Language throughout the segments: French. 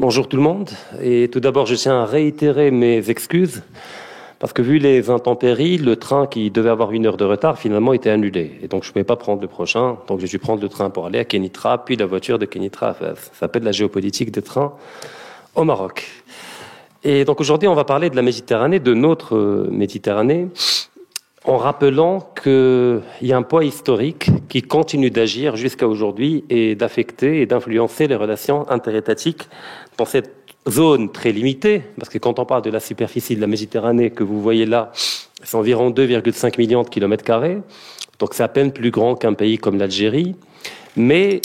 Bonjour tout le monde. Et tout d'abord, je tiens à réitérer mes excuses parce que vu les intempéries, le train qui devait avoir 1 heure de retard finalement était annulé. Et donc je ne pouvais pas prendre le prochain. Donc j'ai dû prendre le train pour aller à Kénitra, puis la voiture de Kénitra à Fès. Ça s'appelle la géopolitique des trains au Maroc. Et donc aujourd'hui, on va parler de la Méditerranée, de notre Méditerranée, en rappelant qu'il y a un poids historique qui continue d'agir jusqu'à aujourd'hui et d'affecter et d'influencer les relations interétatiques dans cette zone très limitée, parce que quand on parle de la superficie de la Méditerranée que vous voyez là, c'est environ 2,5 millions de kilomètres carrés, donc c'est à peine plus grand qu'un pays comme l'Algérie, mais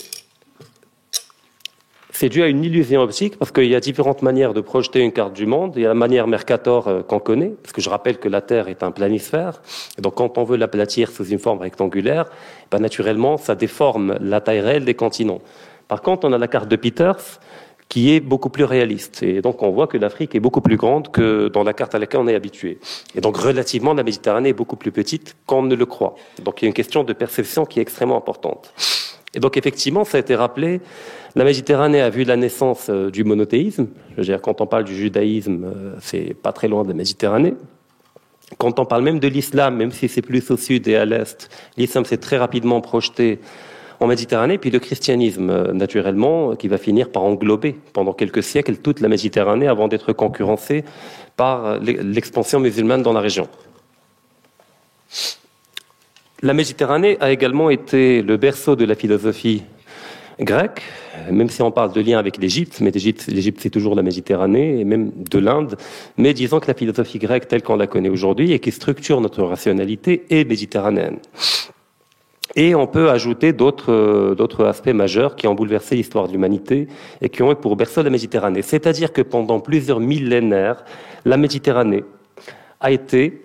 c'est dû à une illusion optique parce qu'il y a différentes manières de projeter une carte du monde. Il y a la manière Mercator qu'on connaît, parce que je rappelle que la Terre est un planisphère. Et donc quand on veut l'aplatir sous une forme rectangulaire, ben naturellement, ça déforme la taille réelle des continents. Par contre, on a la carte de Peters qui est beaucoup plus réaliste. Et donc on voit que l'Afrique est beaucoup plus grande que dans la carte à laquelle on est habitué. Et donc relativement, la Méditerranée est beaucoup plus petite qu'on ne le croit. Donc il y a une question de perception qui est extrêmement importante. Et donc effectivement, ça a été rappelé, la Méditerranée a vu la naissance du monothéisme. Je veux dire, quand on parle du judaïsme, c'est pas très loin de la Méditerranée. Quand on parle même de l'islam, même si c'est plus au sud et à l'est, l'islam s'est très rapidement projeté en Méditerranée, puis le christianisme, naturellement, qui va finir par englober pendant quelques siècles toute la Méditerranée avant d'être concurrencé par l'expansion musulmane dans la région. La Méditerranée a également été le berceau de la philosophie grecque, même si on parle de lien avec l'Égypte, mais l'Égypte c'est toujours la Méditerranée, et même de l'Inde, mais disons que la philosophie grecque telle qu'on la connaît aujourd'hui et qui structure notre rationalité est méditerranéenne. Et on peut ajouter d'autres aspects majeurs qui ont bouleversé l'histoire de l'humanité et qui ont eu pour berceau la Méditerranée. C'est-à-dire que pendant plusieurs millénaires, la Méditerranée a été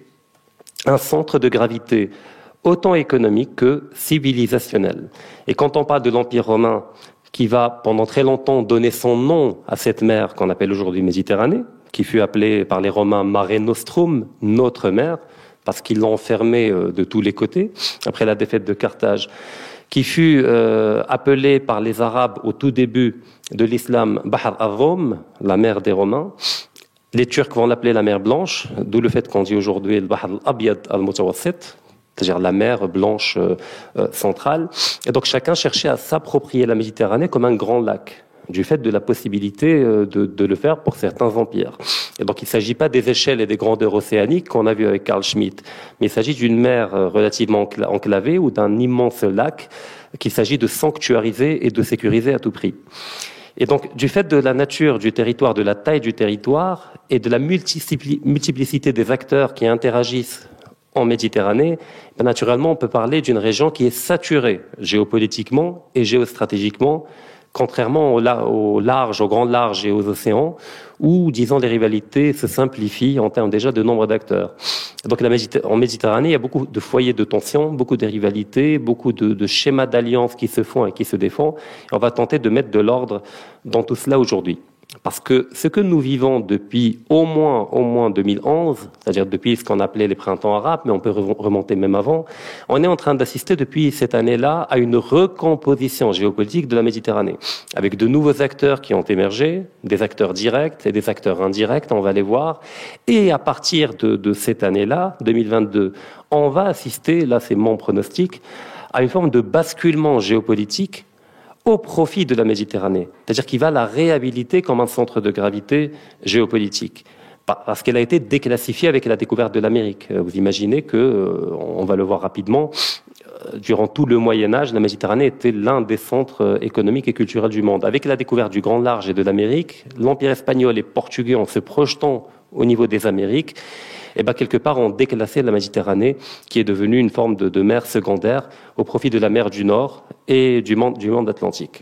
un centre de gravité autant économique que civilisationnel. Et quand on parle de l'Empire romain, qui va pendant très longtemps donner son nom à cette mer qu'on appelle aujourd'hui Méditerranée, qui fut appelée par les Romains Mare Nostrum, notre mer, parce qu'ils l'ont enfermée de tous les côtés, après la défaite de Carthage, qui fut appelée par les Arabes au tout début de l'islam Bahr al-Rum, la mer des Romains. Les Turcs vont l'appeler la mer Blanche, d'où le fait qu'on dit aujourd'hui le Bahr al-Abyad al-Mutawassit, c'est-à-dire la mer blanche centrale. Et donc chacun cherchait à s'approprier la Méditerranée comme un grand lac, du fait de la possibilité de le faire pour certains empires. Et donc il ne s'agit pas des échelles et des grandeurs océaniques qu'on a vu avec Carl Schmitt, mais il s'agit d'une mer relativement enclavée ou d'un immense lac qu'il s'agit de sanctuariser et de sécuriser à tout prix. Et donc, du fait de la nature du territoire, de la taille du territoire et de la multiplicité des acteurs qui interagissent en Méditerranée, ben naturellement, on peut parler d'une région qui est saturée géopolitiquement et géostratégiquement, contrairement au large, au grand large et aux océans, où, disons, les rivalités se simplifient en termes déjà de nombre d'acteurs. Donc, en Méditerranée, il y a beaucoup de foyers de tension, beaucoup de rivalités, beaucoup de schémas d'alliances qui se font et qui se défendent. Et on va tenter de mettre de l'ordre dans tout cela aujourd'hui. Parce que ce que nous vivons depuis au moins 2011, c'est-à-dire depuis ce qu'on appelait les printemps arabes, mais on peut remonter même avant, on est en train d'assister depuis cette année-là à une recomposition géopolitique de la Méditerranée, avec de nouveaux acteurs qui ont émergé, des acteurs directs et des acteurs indirects, on va les voir, et à partir de cette année-là, 2022, on va assister, là c'est mon pronostic, à une forme de basculement géopolitique au profit de la Méditerranée. C'est-à-dire qu'il va la réhabiliter comme un centre de gravité géopolitique. Parce qu'elle a été déclassifiée avec la découverte de l'Amérique. Vous imaginez que, on va le voir rapidement, durant tout le Moyen-Âge, la Méditerranée était l'un des centres économiques et culturels du monde. Avec la découverte du Grand Large et de l'Amérique, l'Empire espagnol et portugais, en se projetant au niveau des Amériques, et ben quelque part ont déclassé la Méditerranée, qui est devenue une forme de mer secondaire au profit de la mer du Nord et du monde atlantique.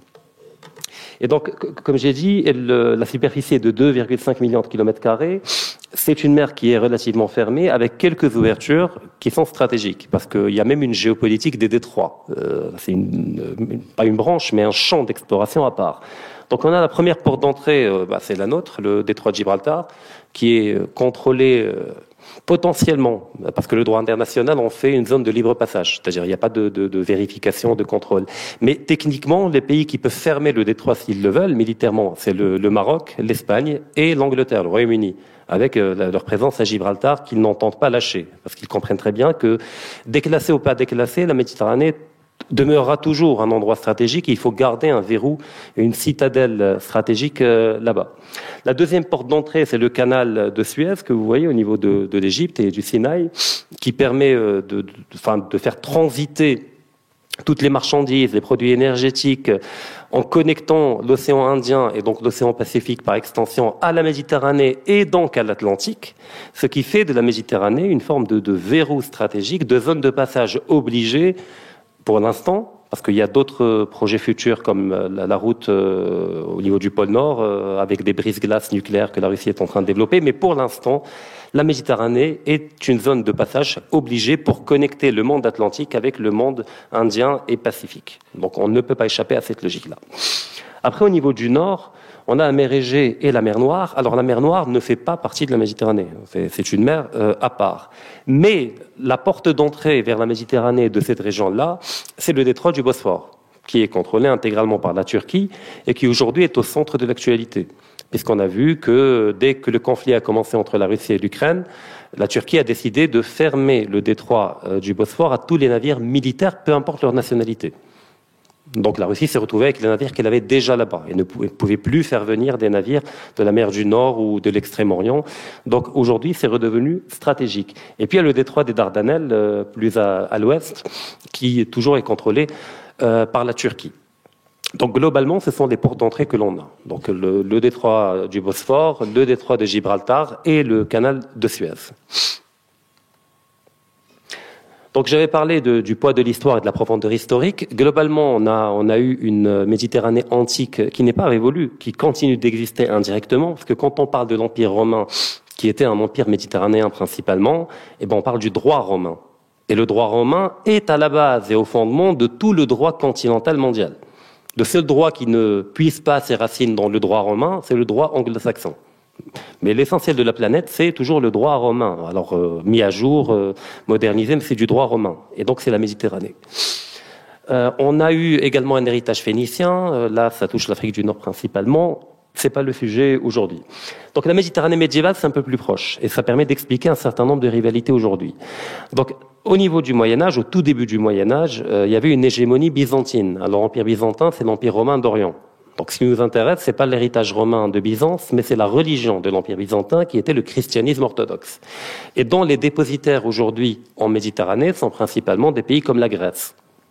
Et donc, comme j'ai dit, la superficie est de 2,5 millions de kilomètres carrés. C'est une mer qui est relativement fermée, avec quelques ouvertures qui sont stratégiques, parce qu'il y a même une géopolitique des détroits. C'est pas une branche, mais un champ d'exploration à part. Donc on a la première porte d'entrée, c'est la nôtre, le détroit de Gibraltar, qui est contrôlé Potentiellement, parce que le droit international en fait une zone de libre passage, c'est-à-dire il n'y a pas de vérification, de contrôle. Mais techniquement, les pays qui peuvent fermer le détroit s'ils le veulent, militairement, c'est le Maroc, l'Espagne et l'Angleterre, le Royaume-Uni, avec leur présence à Gibraltar qu'ils n'entendent pas lâcher, parce qu'ils comprennent très bien que, déclassé ou pas déclassé, la Méditerranée demeurera toujours un endroit stratégique et il faut garder un verrou, une citadelle stratégique là-bas. La deuxième porte d'entrée, c'est le canal de Suez que vous voyez au niveau de l'Égypte et du Sinaï, qui permet de faire transiter toutes les marchandises, les produits énergétiques, en connectant l'océan Indien et donc l'océan Pacifique par extension à la Méditerranée et donc à l'Atlantique, ce qui fait de la Méditerranée une forme de verrou stratégique, de zone de passage obligée pour l'instant, parce qu'il y a d'autres projets futurs comme la route au niveau du pôle Nord, avec des brises-glaces nucléaires que la Russie est en train de développer. Mais pour l'instant, la Méditerranée est une zone de passage obligée pour connecter le monde atlantique avec le monde indien et pacifique. Donc on ne peut pas échapper à cette logique-là. Après, au niveau du Nord, on a la mer Égée et la mer Noire. Alors la mer Noire ne fait pas partie de la Méditerranée. C'est une mer à part. Mais la porte d'entrée vers la Méditerranée de cette région-là, c'est le détroit du Bosphore, qui est contrôlé intégralement par la Turquie et qui aujourd'hui est au centre de l'actualité. Puisqu'on a vu que dès que le conflit a commencé entre la Russie et l'Ukraine, la Turquie a décidé de fermer le détroit du Bosphore à tous les navires militaires, peu importe leur nationalité. Donc la Russie s'est retrouvée avec les navires qu'elle avait déjà là-bas et ne pouvait plus faire venir des navires de la mer du Nord ou de l'Extrême-Orient. Donc aujourd'hui, c'est redevenu stratégique. Et puis il y a le détroit des Dardanelles, plus à l'ouest, qui toujours est contrôlé par la Turquie. Donc globalement, ce sont des portes d'entrée que l'on a. Donc le détroit du Bosphore, le détroit de Gibraltar et le canal de Suez. Donc j'avais parlé du poids de l'histoire et de la profondeur historique. Globalement, on a eu une Méditerranée antique qui n'est pas révolue, qui continue d'exister indirectement, parce que quand on parle de l'Empire romain, qui était un empire méditerranéen principalement, eh ben on parle du droit romain. Et le droit romain est à la base et au fondement de tout le droit continental mondial. Le seul droit qui ne puise pas ses racines dans le droit romain, c'est le droit anglo-saxon. Mais l'essentiel de la planète, c'est toujours le droit romain. Alors, mis à jour, modernisé, mais c'est du droit romain. Et donc, c'est la Méditerranée. On a eu également un héritage phénicien. Là, ça touche l'Afrique du Nord principalement. C'est pas le sujet aujourd'hui. Donc, la Méditerranée médiévale, c'est un peu plus proche. Et ça permet d'expliquer un certain nombre de rivalités aujourd'hui. Donc, au niveau du Moyen-Âge, au tout début du Moyen-Âge, il y avait une hégémonie byzantine. Alors, l'Empire byzantin, c'est l'Empire romain d'Orient. Donc, ce qui nous intéresse, c'est pas l'héritage romain de Byzance, mais c'est la religion de l'Empire byzantin qui était le christianisme orthodoxe. Et dont les dépositaires aujourd'hui en Méditerranée sont principalement des pays comme la Grèce.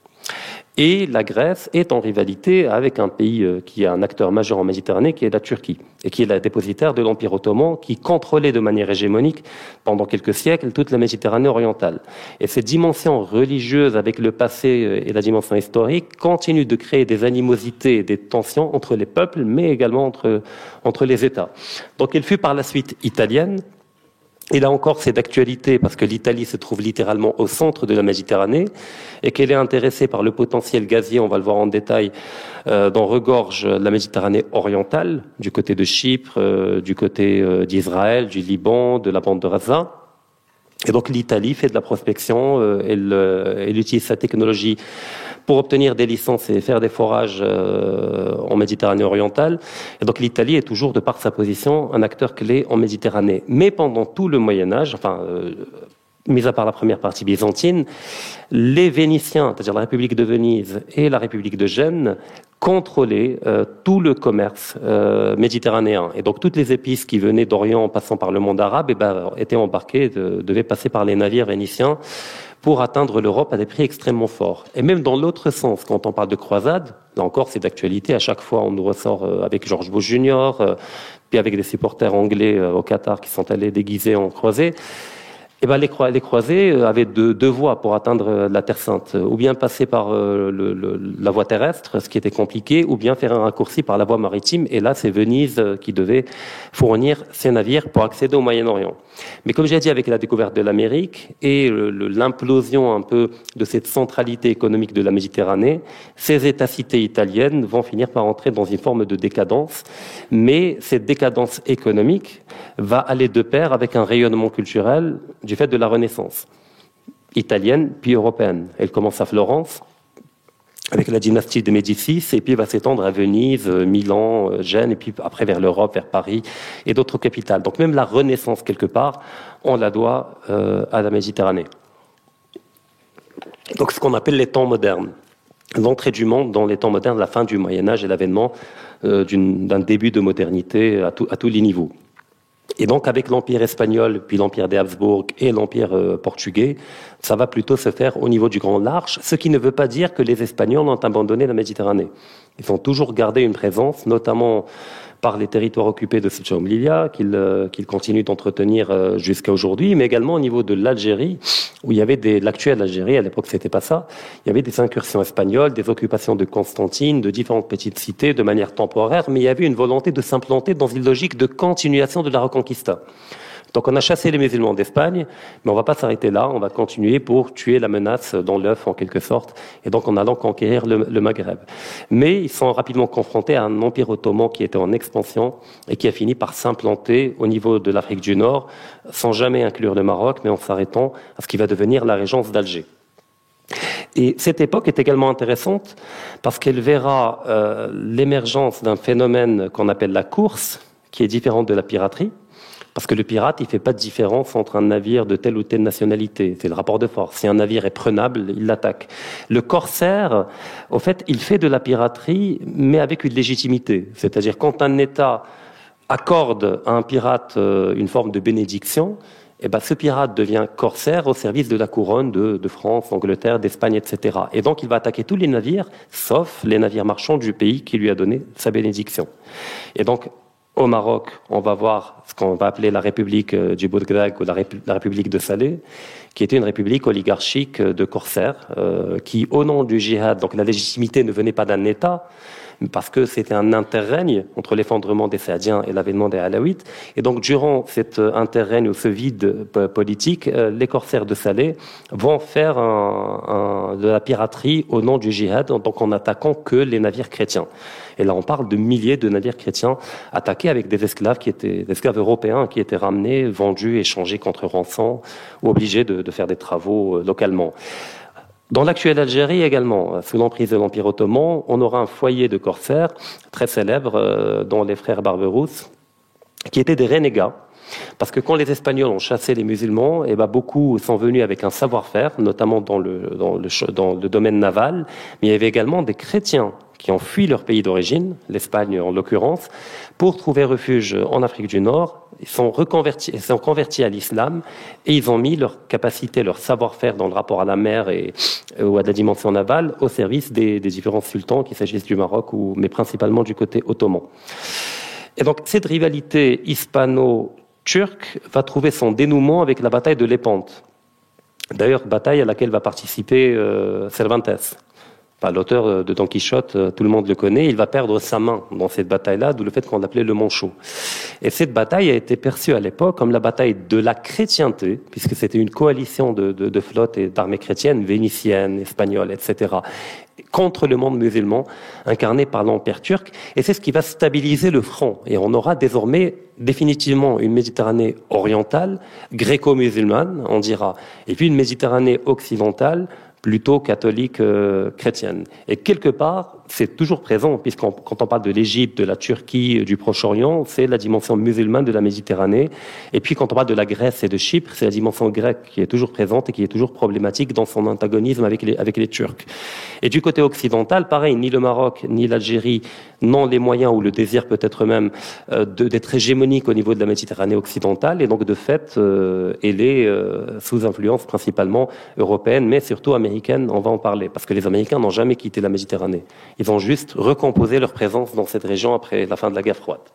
Et la Grèce est en rivalité avec un pays qui est un acteur majeur en Méditerranée, qui est la Turquie, et qui est la dépositaire de l'Empire ottoman, qui contrôlait de manière hégémonique pendant quelques siècles toute la Méditerranée orientale. Et cette dimension religieuse avec le passé et la dimension historique continue de créer des animosités et des tensions entre les peuples, mais également entre les États. Donc elle fut par la suite italienne. Et là encore, c'est d'actualité parce que l'Italie se trouve littéralement au centre de la Méditerranée et qu'elle est intéressée par le potentiel gazier, on va le voir en détail, dont regorge la Méditerranée orientale, du côté de Chypre, du côté d'Israël, du Liban, de la bande de Gaza. Et donc l'Italie fait de la prospection, elle utilise sa technologie pour obtenir des licences et faire des forages en Méditerranée orientale. Et donc l'Italie est toujours, de par sa position, un acteur clé en Méditerranée. Mais pendant tout le Moyen-Âge, mis à part la première partie byzantine, les Vénitiens, c'est-à-dire la République de Venise et la République de Gênes, contrôlaient tout le commerce méditerranéen. Et donc toutes les épices qui venaient d'Orient en passant par le monde arabe étaient embarquées, devaient passer par les navires vénitiens pour atteindre l'Europe à des prix extrêmement forts. Et même dans l'autre sens, quand on parle de croisade, là encore c'est d'actualité, à chaque fois on nous ressort avec George Bush Jr., puis avec des supporters anglais au Qatar qui sont allés déguisés en croisés, Eh ben, les croisés avaient deux voies pour atteindre la Terre Sainte. Ou bien passer par la voie terrestre, ce qui était compliqué, ou bien faire un raccourci par la voie maritime. Et là, c'est Venise qui devait fournir ses navires pour accéder au Moyen-Orient. Mais comme j'ai dit, avec la découverte de l'Amérique et l'implosion un peu de cette centralité économique de la Méditerranée, ces États-cités italiennes vont finir par entrer dans une forme de décadence. Mais cette décadence économique va aller de pair avec un rayonnement culturel du fait de la Renaissance italienne puis européenne. Elle commence à Florence avec la dynastie de Médicis et puis va s'étendre à Venise, Milan, Gênes et puis après vers l'Europe, vers Paris et d'autres capitales. Donc même la Renaissance quelque part, on la doit à la Méditerranée. Donc ce qu'on appelle les temps modernes. L'entrée du monde dans les temps modernes, la fin du Moyen-Âge et l'avènement d'un début de modernité à tous les niveaux. Et donc, avec l'Empire espagnol, puis l'Empire des Habsbourg et l'Empire portugais, ça va plutôt se faire au niveau du Grand Large, ce qui ne veut pas dire que les Espagnols ont abandonné la Méditerranée. Ils ont toujours gardé une présence, notamment par les territoires occupés de Ceuta et Melilla, qu'ils continuent d'entretenir jusqu'à aujourd'hui, mais également au niveau de l'Algérie, où il y avait l'actuelle Algérie, à l'époque c'était pas ça, il y avait des incursions espagnoles, des occupations de Constantine, de différentes petites cités de manière temporaire, mais il y avait une volonté de s'implanter dans une logique de continuation de la Reconquista. Donc on a chassé les musulmans d'Espagne, mais on ne va pas s'arrêter là, on va continuer pour tuer la menace dans l'œuf en quelque sorte, et donc en allant conquérir le Maghreb. Mais ils sont rapidement confrontés à un empire ottoman qui était en expansion et qui a fini par s'implanter au niveau de l'Afrique du Nord, sans jamais inclure le Maroc, mais en s'arrêtant à ce qui va devenir la régence d'Alger. Et cette époque est également intéressante parce qu'elle verra l'émergence d'un phénomène qu'on appelle la course, qui est différent de la piraterie. Parce que le pirate, il ne fait pas de différence entre un navire de telle ou telle nationalité. C'est le rapport de force. Si un navire est prenable, il l'attaque. Le corsaire, au fait, il fait de la piraterie, mais avec une légitimité. C'est-à-dire, quand un État accorde à un pirate une forme de bénédiction, eh ben, ce pirate devient corsaire au service de la couronne de France, d'Angleterre, d'Espagne, etc. Et donc, il va attaquer tous les navires, sauf les navires marchands du pays qui lui a donné sa bénédiction. Et donc, au Maroc, on va voir ce qu'on va appeler la République du Bourg-Grec ou la République de Salé, qui était une république oligarchique de corsaires, qui, au nom du djihad, donc la légitimité ne venait pas d'un État, parce que c'était un interrègne entre l'effondrement des Saadiens et l'avènement des Alaouites. Et donc, durant cet interrègne ou ce vide politique, les corsaires de Salé vont faire de la piraterie au nom du djihad, donc en attaquant que les navires chrétiens. Et là, on parle de milliers de navires chrétiens attaqués avec des esclaves des esclaves européens qui étaient ramenés, vendus, échangés contre rançon ou obligés de faire des travaux localement. Dans l'actuelle Algérie également, sous l'emprise de l'Empire ottoman, on aura un foyer de corsaires très célèbre, dont les frères Barberousse, qui étaient des renégats. Parce que quand les Espagnols ont chassé les musulmans, eh ben beaucoup sont venus avec un savoir-faire, notamment dans le domaine naval, mais il y avait également des chrétiens qui ont fui leur pays d'origine, l'Espagne en l'occurrence, pour trouver refuge en Afrique du Nord. Ils sont convertis à l'islam et ils ont mis leur capacité, leur savoir-faire dans le rapport à la mer ou à la dimension navale au service des différents sultans, qu'il s'agisse du Maroc mais principalement du côté ottoman. Et donc cette rivalité hispano-turque va trouver son dénouement avec la bataille de Lépante. D'ailleurs, bataille à laquelle va participer Cervantes. Enfin, l'auteur de Don Quichotte, tout le monde le connaît, il va perdre sa main dans cette bataille-là, d'où le fait qu'on l'appelait le Manchot. Et cette bataille a été perçue à l'époque comme la bataille de la chrétienté, puisque c'était une coalition de flottes et d'armées chrétiennes, vénitiennes, espagnoles, etc., contre le monde musulman, incarné par l'Empire turc. Et c'est ce qui va stabiliser le front. Et on aura désormais définitivement une Méditerranée orientale, gréco-musulmane, on dira, et puis une Méditerranée occidentale, plutôt catholique chrétienne. Et quelque part, c'est toujours présent, quand on parle de l'Égypte, de la Turquie, du Proche-Orient, c'est la dimension musulmane de la Méditerranée. Et puis quand on parle de la Grèce et de Chypre, c'est la dimension grecque qui est toujours présente et qui est toujours problématique dans son antagonisme avec les Turcs. Et du côté occidental, pareil, ni le Maroc, ni l'Algérie n'ont les moyens ou le désir peut-être même d'être hégémonique au niveau de la Méditerranée occidentale. Et donc de fait, elle est sous influence principalement européenne, mais surtout américaine, on va en parler. Parce que les Américains n'ont jamais quitté la Méditerranée. Ils ont juste recomposé leur présence dans cette région après la fin de la guerre froide.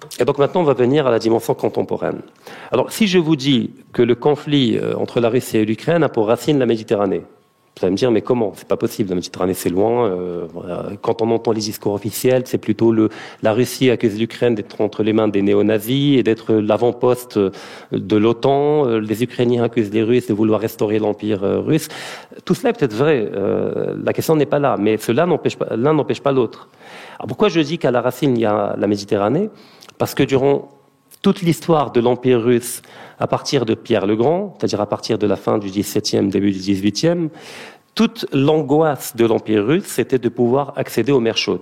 Et donc maintenant, on va venir à la dimension contemporaine. Alors, si je vous dis que le conflit entre la Russie et l'Ukraine a pour racine la Méditerranée, vous allez me dire, mais comment? C'est pas possible, la Méditerranée c'est loin. Voilà. Quand on entend les discours officiels, c'est plutôt la Russie accuse l'Ukraine d'être entre les mains des néo-nazis et d'être l'avant-poste de l'OTAN. Les Ukrainiens accusent les Russes de vouloir restaurer l'Empire russe. Tout cela est peut-être vrai, la question n'est pas là, mais l'un n'empêche pas l'autre. Alors pourquoi je dis qu'à la racine il y a la Méditerranée? Parce que durant toute l'histoire de l'Empire russe, à partir de Pierre le Grand, c'est-à-dire à partir de la fin du XVIIe, début du XVIIIe, toute l'angoisse de l'Empire russe, c'était de pouvoir accéder aux mers chaudes.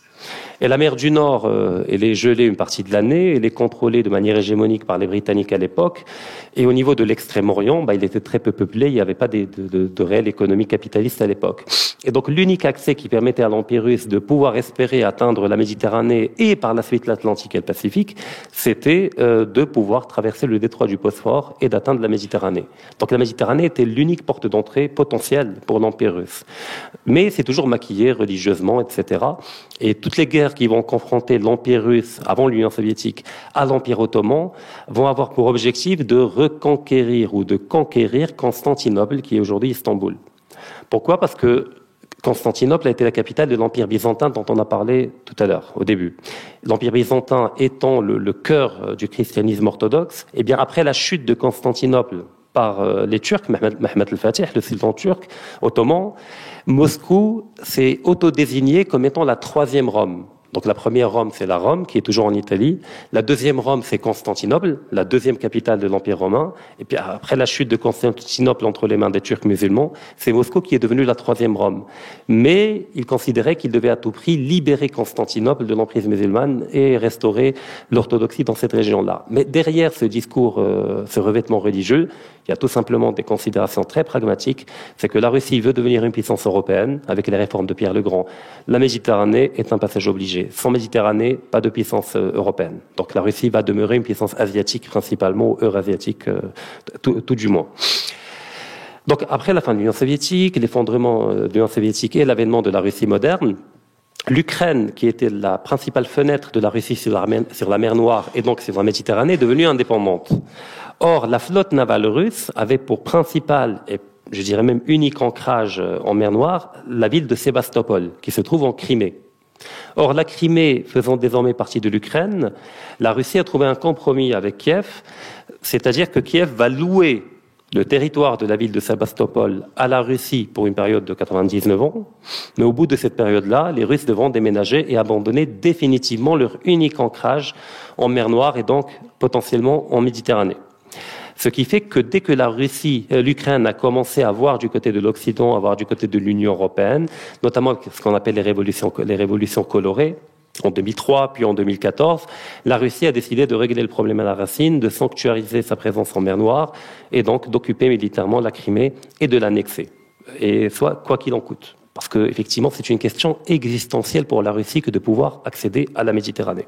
Et la mer du Nord, elle est gelée une partie de l'année, elle est contrôlée de manière hégémonique par les Britanniques à l'époque. Et au niveau de l'Extrême-Orient, il était très peu peuplé, il n'y avait pas de réelle économie capitaliste à l'époque. Et donc l'unique accès qui permettait à l'Empire russe de pouvoir espérer atteindre la Méditerranée et par la suite l'Atlantique et le Pacifique, c'était de pouvoir traverser le détroit du Bosphore et d'atteindre la Méditerranée. Donc la Méditerranée était l'unique porte d'entrée potentielle pour l'Empire russe. Mais c'est toujours maquillé religieusement, etc. Et toutes les guerres qui vont confronter l'Empire russe avant l'Union soviétique à l'Empire ottoman vont avoir pour objectif de reconquérir ou de conquérir Constantinople, qui est aujourd'hui Istanbul. Pourquoi? Parce que Constantinople a été la capitale de l'Empire byzantin dont on a parlé tout à l'heure, au début. L'Empire byzantin étant le cœur du christianisme orthodoxe, et bien après la chute de Constantinople par les Turcs, Mehmed el-Fatih, le sultan turc ottoman, Moscou s'est autodésigné comme étant la troisième Rome. Donc la première Rome, c'est la Rome, qui est toujours en Italie. La deuxième Rome, c'est Constantinople, la deuxième capitale de l'Empire romain. Et puis après la chute de Constantinople entre les mains des Turcs musulmans, c'est Moscou qui est devenu la troisième Rome. Mais il considérait qu'il devait à tout prix libérer Constantinople de l'emprise musulmane et restaurer l'orthodoxie dans cette région-là. Mais derrière ce discours, ce revêtement religieux, il y a tout simplement des considérations très pragmatiques. C'est que la Russie veut devenir une puissance européenne avec les réformes de Pierre le Grand. La Méditerranée est un passage obligé. Sans Méditerranée, pas de puissance européenne. Donc la Russie va demeurer une puissance asiatique principalement, ou eurasiatique, tout du moins. Donc après la fin de l'Union soviétique, l'effondrement de l'Union soviétique et l'avènement de la Russie moderne, l'Ukraine, qui était la principale fenêtre de la Russie sur la mer Noire et donc sur la Méditerranée, est devenue indépendante. Or, la flotte navale russe avait pour principal et je dirais même unique ancrage en mer Noire la ville de Sébastopol, qui se trouve en Crimée. Or, la Crimée faisant désormais partie de l'Ukraine, la Russie a trouvé un compromis avec Kiev, c'est-à-dire que Kiev va louer le territoire de la ville de Sébastopol à la Russie pour une période de 99 ans, mais au bout de cette période-là, les Russes devront déménager et abandonner définitivement leur unique ancrage en mer Noire et donc potentiellement en Méditerranée. Ce qui fait que dès que l'Ukraine a commencé à voir du côté de l'Occident, à voir du côté de l'Union européenne, notamment ce qu'on appelle les révolutions colorées, en 2003, puis en 2014, la Russie a décidé de régler le problème à la racine, de sanctuariser sa présence en mer Noire, et donc d'occuper militairement la Crimée et de l'annexer. Et soit quoi qu'il en coûte. Parce que, effectivement, c'est une question existentielle pour la Russie que de pouvoir accéder à la Méditerranée.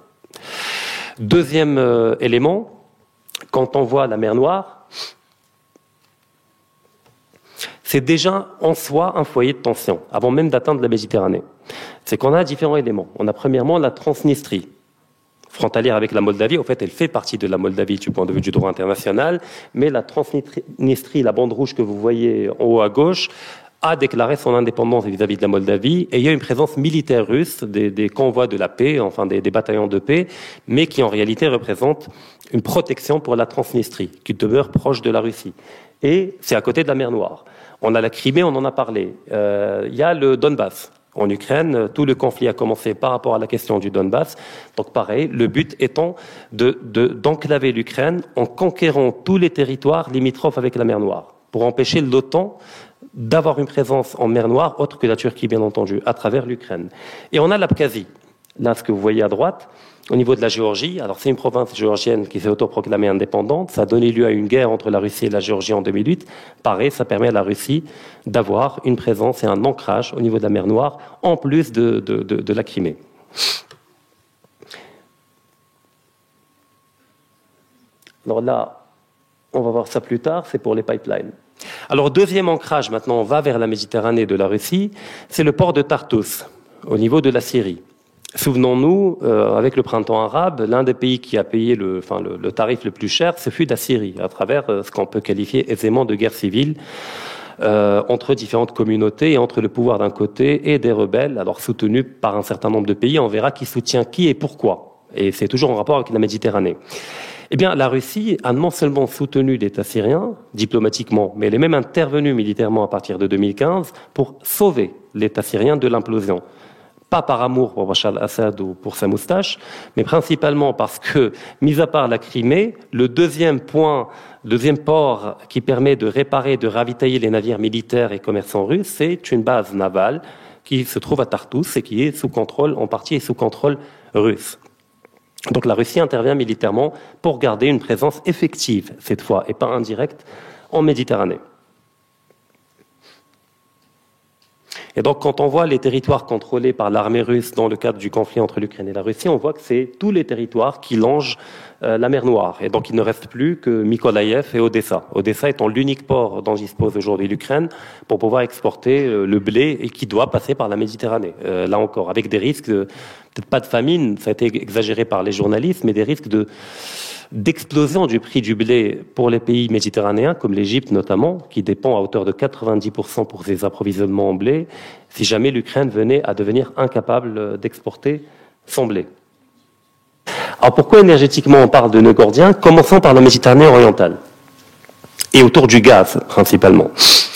Deuxième élément, quand on voit la mer Noire, c'est déjà en soi un foyer de tension, avant même d'atteindre la Méditerranée. C'est qu'on a différents éléments. On a premièrement la Transnistrie, frontalière avec la Moldavie. En fait, elle fait partie de la Moldavie du point de vue du droit international, mais la Transnistrie, la bande rouge que vous voyez en haut à gauche, a déclaré son indépendance vis-à-vis de la Moldavie, et il y a une présence militaire russe, des convois de la paix, enfin des bataillons de paix, mais qui en réalité représentent une protection pour la Transnistrie, qui demeure proche de la Russie. Et c'est à côté de la mer Noire. On a la Crimée, on en a parlé. Il y a le Donbass. En Ukraine, tout le conflit a commencé par rapport à la question du Donbass. Donc pareil, le but étant d'enclaver l'Ukraine en conquérant tous les territoires limitrophes avec la mer Noire, pour empêcher l'OTAN d'avoir une présence en mer Noire, autre que la Turquie bien entendu, à travers l'Ukraine. Et on a l'Abkhazie, là ce que vous voyez à droite, au niveau de la Géorgie. Alors c'est une province géorgienne qui s'est autoproclamée indépendante, ça a donné lieu à une guerre entre la Russie et la Géorgie en 2008. Pareil, ça permet à la Russie d'avoir une présence et un ancrage au niveau de la mer Noire, en plus de la Crimée. Alors là, on va voir ça plus tard, c'est pour les pipelines. Alors, deuxième ancrage, maintenant, on va vers la Méditerranée de la Russie, c'est le port de Tartous, au niveau de la Syrie. Souvenons-nous, avec le printemps arabe, l'un des pays qui a payé le tarif le plus cher, ce fut la Syrie, à travers ce qu'on peut qualifier aisément de guerre civile entre différentes communautés et entre le pouvoir d'un côté et des rebelles, alors soutenus par un certain nombre de pays. On verra qui soutient qui et pourquoi. Et c'est toujours en rapport avec la Méditerranée. Eh bien, la Russie a non seulement soutenu l'État syrien, diplomatiquement, mais elle est même intervenue militairement à partir de 2015 pour sauver l'État syrien de l'implosion. Pas par amour pour Bachar al-Assad ou pour sa moustache, mais principalement parce que, mis à part la Crimée, le deuxième port qui permet de réparer, de ravitailler les navires militaires et commerçants russes, c'est une base navale qui se trouve à Tartous et qui est sous contrôle, en partie sous contrôle russe. Donc la Russie intervient militairement pour garder une présence effective, cette fois, et pas indirecte, en Méditerranée. Et donc, quand on voit les territoires contrôlés par l'armée russe dans le cadre du conflit entre l'Ukraine et la Russie, on voit que c'est tous les territoires qui longent la mer Noire. Et donc, il ne reste plus que Mykolaïev et Odessa. Odessa étant l'unique port dont dispose aujourd'hui l'Ukraine pour pouvoir exporter le blé et qui doit passer par la Méditerranée. Là encore, avec des risques, peut-être pas de famine, ça a été exagéré par les journalistes, mais des risques d'explosion du prix du blé pour les pays méditerranéens, comme l'Égypte notamment, qui dépend à hauteur de 90% pour ses approvisionnements en blé, si jamais l'Ukraine venait à devenir incapable d'exporter son blé. Alors pourquoi énergétiquement on parle de nœud gordien? Commençons par la Méditerranée orientale, et autour du gaz principalement.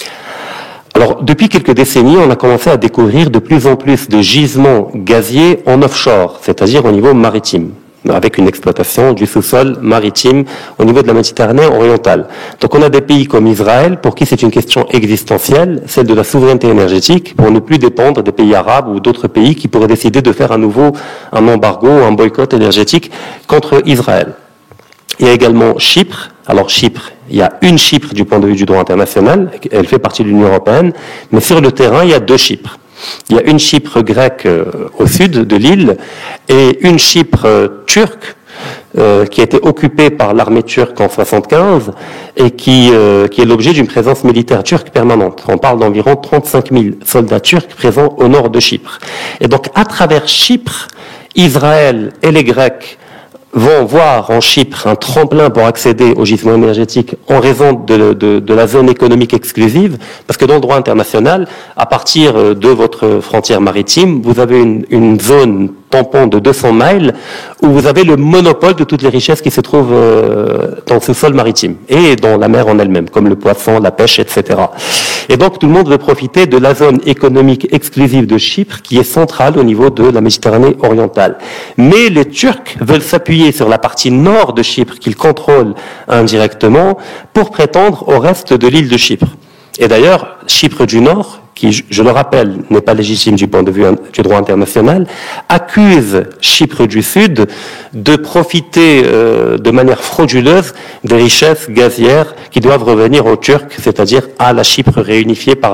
Alors, depuis quelques décennies, on a commencé à découvrir de plus en plus de gisements gaziers en offshore, c'est-à-dire au niveau maritime, avec une exploitation du sous-sol maritime au niveau de la Méditerranée orientale. Donc on a des pays comme Israël, pour qui c'est une question existentielle, celle de la souveraineté énergétique, pour ne plus dépendre des pays arabes ou d'autres pays qui pourraient décider de faire à nouveau un embargo, un boycott énergétique contre Israël. Il y a également Chypre. Alors Chypre, il y a une Chypre du point de vue du droit international, elle fait partie de l'Union européenne, mais sur le terrain, il y a deux Chypres. Il y a une Chypre grecque au sud de l'île et une Chypre turque qui a été occupée par l'armée turque en 1975 et qui est l'objet d'une présence militaire turque permanente. On parle d'environ 35 000 soldats turcs présents au nord de Chypre. Et donc à travers Chypre, Israël et les Grecs vont voir en Chypre un tremplin pour accéder aux gisements énergétiques en raison de la zone économique exclusive, parce que dans le droit international, à partir de votre frontière maritime, vous avez une zone tampon de 200 miles où vous avez le monopole de toutes les richesses qui se trouvent dans ce sol maritime et dans la mer en elle-même, comme le poisson, la pêche, etc. Et donc tout le monde veut profiter de la zone économique exclusive de Chypre qui est centrale au niveau de la Méditerranée orientale. Mais les Turcs veulent s'appuyer sur la partie nord de Chypre qu'ils contrôlent indirectement pour prétendre au reste de l'île de Chypre. Et d'ailleurs, Chypre du Nord, qui, je le rappelle, n'est pas légitime du point de vue du droit international, accuse Chypre du Sud de profiter de manière frauduleuse des richesses gazières qui doivent revenir aux Turcs, c'est-à-dire à la Chypre réunifiée par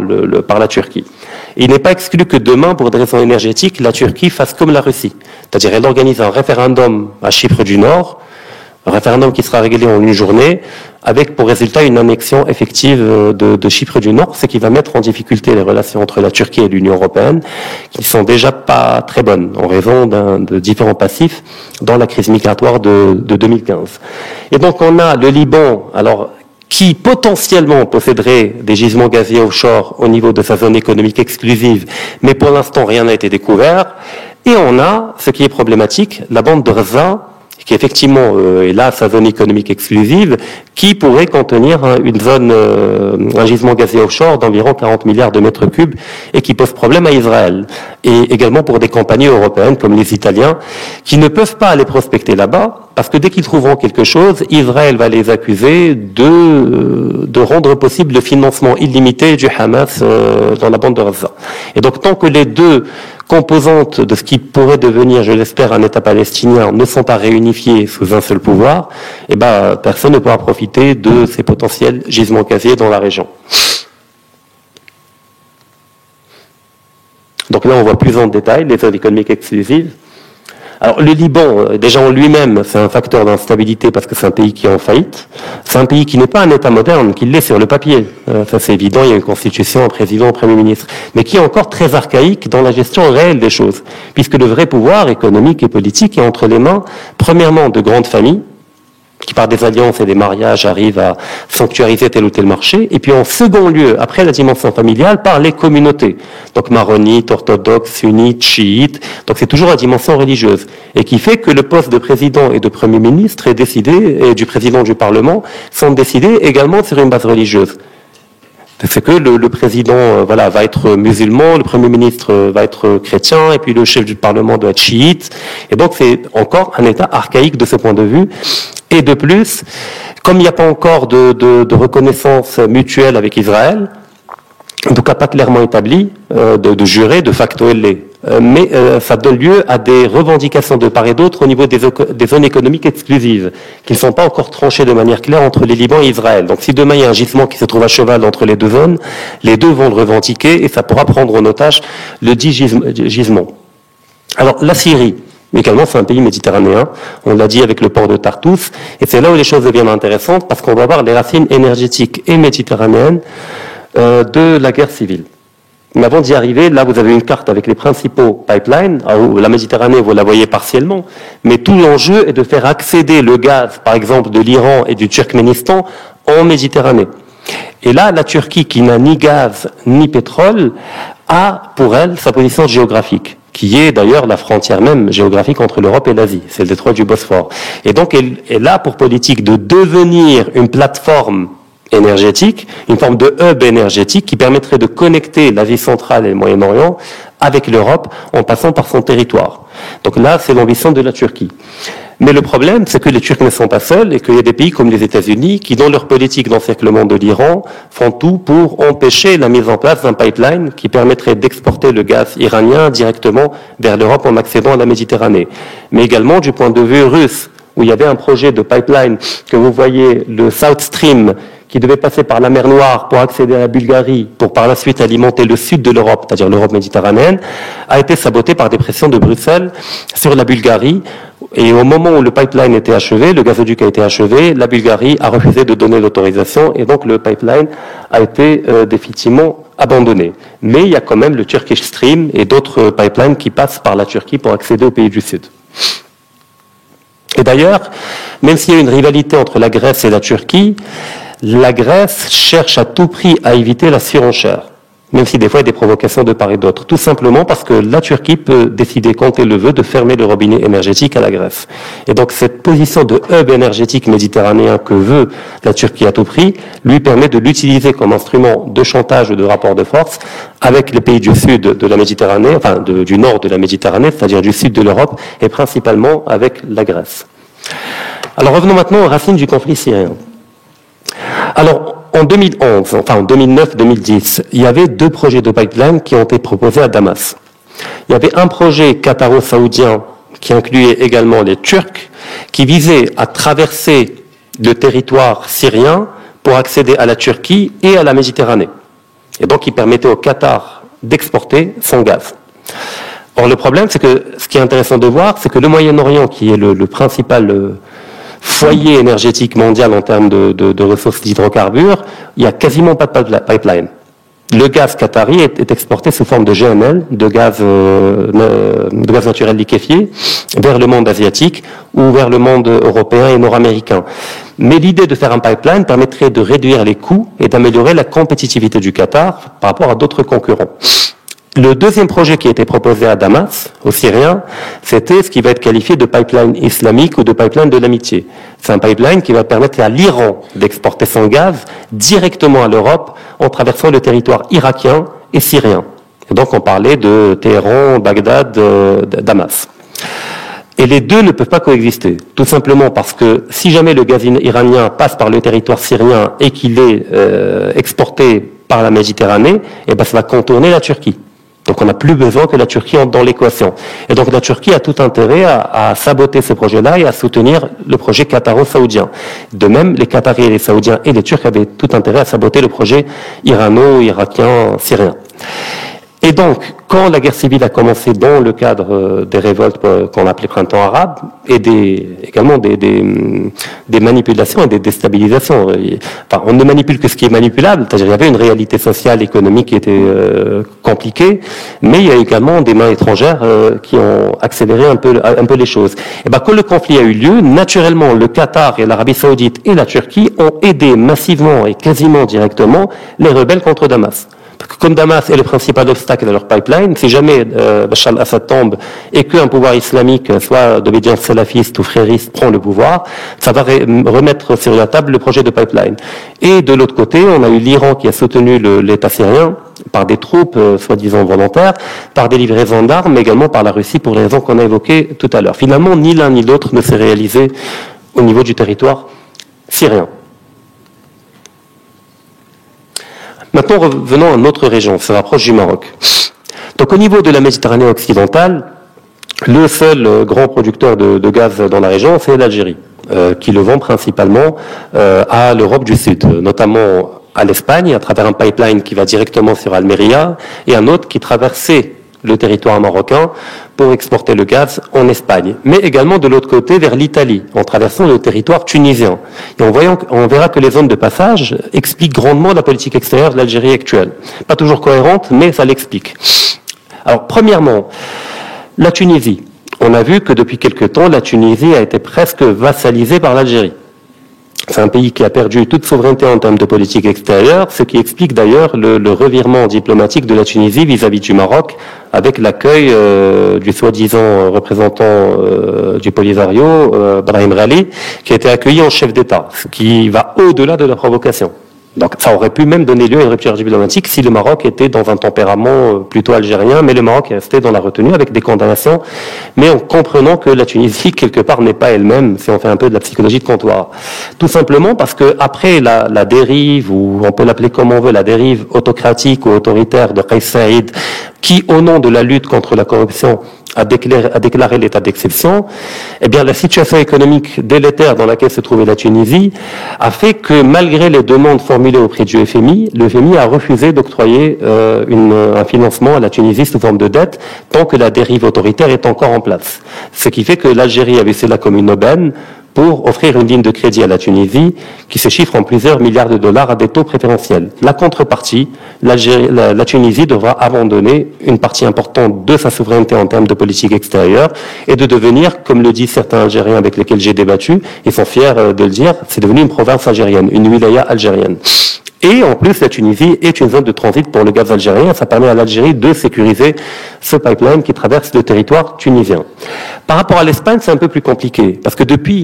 la Turquie. Et il n'est pas exclu que demain, pour des raisons énergétiques, la Turquie fasse comme la Russie, c'est-à-dire elle organise un référendum à Chypre du Nord, un référendum qui sera réglé en une journée, avec pour résultat une annexion effective de Chypre du Nord, ce qui va mettre en difficulté les relations entre la Turquie et l'Union européenne, qui ne sont déjà pas très bonnes, en raison de différents passifs dans la crise migratoire de 2015. Et donc on a le Liban, alors qui potentiellement posséderait des gisements gaziers offshore au niveau de sa zone économique exclusive, mais pour l'instant rien n'a été découvert. Et on a, ce qui est problématique, la bande de Rza, qui effectivement est là sa zone économique exclusive, qui pourrait contenir un gisement gazier offshore d'environ 40 milliards de mètres cubes et qui pose problème à Israël. Et également pour des compagnies européennes comme les Italiens, qui ne peuvent pas aller prospecter là-bas, parce que dès qu'ils trouveront quelque chose, Israël va les accuser de rendre possible le financement illimité du Hamas dans la bande de Gaza. Et donc tant que les deux composantes de ce qui pourrait devenir, je l'espère, un État palestinien ne sont pas réunifiées sous un seul pouvoir, eh ben, personne ne pourra profiter de ces potentiels gisements gaziers dans la région. Donc là, on voit plus en détail les zones économiques exclusives. Alors le Liban, déjà en lui-même, c'est un facteur d'instabilité parce que c'est un pays qui est en faillite. C'est un pays qui n'est pas un État moderne, qui l'est sur le papier. Ça c'est évident, il y a une constitution, un président, un premier ministre, mais qui est encore très archaïque dans la gestion réelle des choses, puisque le vrai pouvoir économique et politique est entre les mains, premièrement, de grandes familles, qui par des alliances et des mariages arrivent à sanctuariser tel ou tel marché, et puis en second lieu, après la dimension familiale, par les communautés, donc maronites, orthodoxes, sunnites, chiites, donc c'est toujours la dimension religieuse, et qui fait que le poste de président et de premier ministre est décidé, et du président du Parlement, sont décidés également sur une base religieuse. C'est que le président va être musulman, le premier ministre va être chrétien, et puis le chef du Parlement doit être chiite. Et donc c'est encore un État archaïque de ce point de vue. Et de plus, comme il n'y a pas encore de reconnaissance mutuelle avec Israël, en tout cas pas clairement établi, de juré, de facto elle l'est. Mais ça donne lieu à des revendications de part et d'autre au niveau des zones économiques exclusives, qui ne sont pas encore tranchées de manière claire entre les Liban et Israël. Donc si demain il y a un gisement qui se trouve à cheval entre les deux zones, les deux vont le revendiquer et ça pourra prendre en otage le dit gisement. Alors la Syrie, également c'est un pays méditerranéen, on l'a dit avec le port de Tartous, et c'est là où les choses deviennent intéressantes parce qu'on va voir les racines énergétiques et méditerranéennes de la guerre civile. Mais avant d'y arriver, là vous avez une carte avec les principaux pipelines. La Méditerranée, vous la voyez partiellement, mais tout l'enjeu est de faire accéder le gaz, par exemple de l'Iran et du Turkménistan, en Méditerranée. Et là, la Turquie, qui n'a ni gaz ni pétrole, a pour elle sa position géographique, qui est d'ailleurs la frontière même géographique entre l'Europe et l'Asie, c'est le détroit du Bosphore. Et donc elle a pour politique de devenir une plateforme énergétique, une forme de hub énergétique qui permettrait de connecter l'Asie centrale et le Moyen-Orient avec l'Europe en passant par son territoire. Donc là, c'est l'ambition de la Turquie. Mais le problème, c'est que les Turcs ne sont pas seuls et qu'il y a des pays comme les États-Unis qui, dans leur politique d'encerclement de l'Iran, font tout pour empêcher la mise en place d'un pipeline qui permettrait d'exporter le gaz iranien directement vers l'Europe en accédant à la Méditerranée. Mais également du point de vue russe, où il y avait un projet de pipeline que vous voyez, le South Stream, qui devait passer par la mer Noire pour accéder à la Bulgarie, pour par la suite alimenter le sud de l'Europe, c'est-à-dire l'Europe méditerranéenne, a été saboté par des pressions de Bruxelles sur la Bulgarie. Et au moment où le pipeline était achevé, le gazoduc a été achevé, la Bulgarie a refusé de donner l'autorisation et donc le pipeline a été définitivement abandonné. Mais il y a quand même le Turkish Stream et d'autres pipelines qui passent par la Turquie pour accéder aux pays du Sud. Et d'ailleurs, même s'il y a une rivalité entre la Grèce et la Turquie, la Grèce cherche à tout prix à éviter la surenchère, même si des fois il y a des provocations de part et d'autre, tout simplement parce que la Turquie peut décider, quand elle le veut, de fermer le robinet énergétique à la Grèce. Et donc cette position de hub énergétique méditerranéen que veut la Turquie à tout prix, lui permet de l'utiliser comme instrument de chantage ou de rapport de force avec les pays du sud de la Méditerranée, enfin du nord de la Méditerranée, c'est-à-dire du sud de l'Europe, et principalement avec la Grèce. Alors revenons maintenant aux racines du conflit syrien. Alors, en 2011, enfin en 2009-2010, il y avait deux projets de pipeline qui ont été proposés à Damas. Il y avait un projet qataro-saoudien qui incluait également les Turcs, qui visait à traverser le territoire syrien pour accéder à la Turquie et à la Méditerranée. Et donc, il permettait au Qatar d'exporter son gaz. Or, le problème, c'est que ce qui est intéressant de voir, c'est que le Moyen-Orient, qui est le principal foyer énergétique mondial en termes de ressources d'hydrocarbures, il n'y a quasiment pas de pipeline. Le gaz qatari est exporté sous forme de GNL, de gaz naturel liquéfié, vers le monde asiatique ou vers le monde européen et nord-américain. Mais l'idée de faire un pipeline permettrait de réduire les coûts et d'améliorer la compétitivité du Qatar par rapport à d'autres concurrents. Le deuxième projet qui a été proposé à Damas, aux Syriens, c'était ce qui va être qualifié de pipeline islamique ou de pipeline de l'amitié. C'est un pipeline qui va permettre à l'Iran d'exporter son gaz directement à l'Europe en traversant le territoire irakien et syrien. Et donc on parlait de Téhéran, Bagdad, Damas. Et les deux ne peuvent pas coexister, tout simplement parce que si jamais le gaz iranien passe par le territoire syrien et qu'il est exporté par la Méditerranée, eh ben ça va contourner la Turquie. Donc on n'a plus besoin que la Turquie entre dans l'équation. Et donc la Turquie a tout intérêt à saboter ce projet-là et à soutenir le projet qataro-saoudien. De même, les Qataris, les Saoudiens et les Turcs avaient tout intérêt à saboter le projet irano-irakien-syrien. Et donc, quand la guerre civile a commencé dans le cadre des révoltes qu'on appelait printemps arabe, et également des manipulations et des déstabilisations, enfin, on ne manipule que ce qui est manipulable, c'est-à-dire il y avait une réalité sociale, économique qui était compliquée, mais il y a également des mains étrangères qui ont accéléré un peu les choses. Et ben, quand le conflit a eu lieu, naturellement, le Qatar et l'Arabie Saoudite et la Turquie ont aidé massivement et quasiment directement les rebelles contre Damas. Comme Damas est le principal obstacle à leur pipeline, si jamais Bachar al-Assad tombe et qu'un pouvoir islamique, soit d'obédience salafiste ou frériste, prend le pouvoir, ça va remettre sur la table le projet de pipeline. Et de l'autre côté, on a eu l'Iran qui a soutenu l'État syrien par des troupes soi-disant volontaires, par des livraisons d'armes, mais également par la Russie pour les raisons qu'on a évoquées tout à l'heure. Finalement, ni l'un ni l'autre ne s'est réalisé au niveau du territoire syrien. Maintenant, revenons à notre région, ça rapproche du Maroc. Donc au niveau de la Méditerranée occidentale, le seul grand producteur de gaz dans la région, c'est l'Algérie, qui le vend principalement à l'Europe du Sud, notamment à l'Espagne, à travers un pipeline qui va directement sur Almeria, et un autre qui traversait le territoire marocain pour exporter le gaz en Espagne, mais également de l'autre côté vers l'Italie, en traversant le territoire tunisien. Et on verra que les zones de passage expliquent grandement la politique extérieure de l'Algérie actuelle. Pas toujours cohérente, mais ça l'explique. Alors, premièrement, la Tunisie. On a vu que depuis quelque temps, la Tunisie a été presque vassalisée par l'Algérie. C'est un pays qui a perdu toute souveraineté en termes de politique extérieure, ce qui explique d'ailleurs le revirement diplomatique de la Tunisie vis-à-vis du Maroc, avec l'accueil du soi-disant représentant du Polisario, Brahim Ghali, qui a été accueilli en chef d'État, ce qui va au-delà de la provocation. Donc ça aurait pu même donner lieu à une rupture diplomatique si le Maroc était dans un tempérament plutôt algérien, mais le Maroc est resté dans la retenue avec des condamnations, mais en comprenant que la Tunisie, quelque part, n'est pas elle-même, si on fait un peu de la psychologie de comptoir. Tout simplement parce que après la dérive, ou on peut l'appeler comme on veut, la dérive autocratique ou autoritaire de Kais Saïd, qui, au nom de la lutte contre la corruption, a déclaré l'état d'exception, eh bien, la situation économique délétère dans laquelle se trouvait la Tunisie a fait que, malgré les demandes formulées auprès du FMI, le FMI a refusé d'octroyer un financement à la Tunisie sous forme de dette tant que la dérive autoritaire est encore en place. Ce qui fait que l'Algérie a vu cela comme une aubaine pour offrir une ligne de crédit à la Tunisie qui se chiffre en plusieurs milliards de dollars à des taux préférentiels. La contrepartie, la Tunisie devra abandonner une partie importante de sa souveraineté en termes de politique extérieure et de devenir, comme le disent certains Algériens avec lesquels j'ai débattu, ils sont fiers de le dire, c'est devenu une province algérienne, une wilaya algérienne. Et en plus, la Tunisie est une zone de transit pour le gaz algérien. Ça permet à l'Algérie de sécuriser ce pipeline qui traverse le territoire tunisien. Par rapport à l'Espagne, c'est un peu plus compliqué. Parce que depuis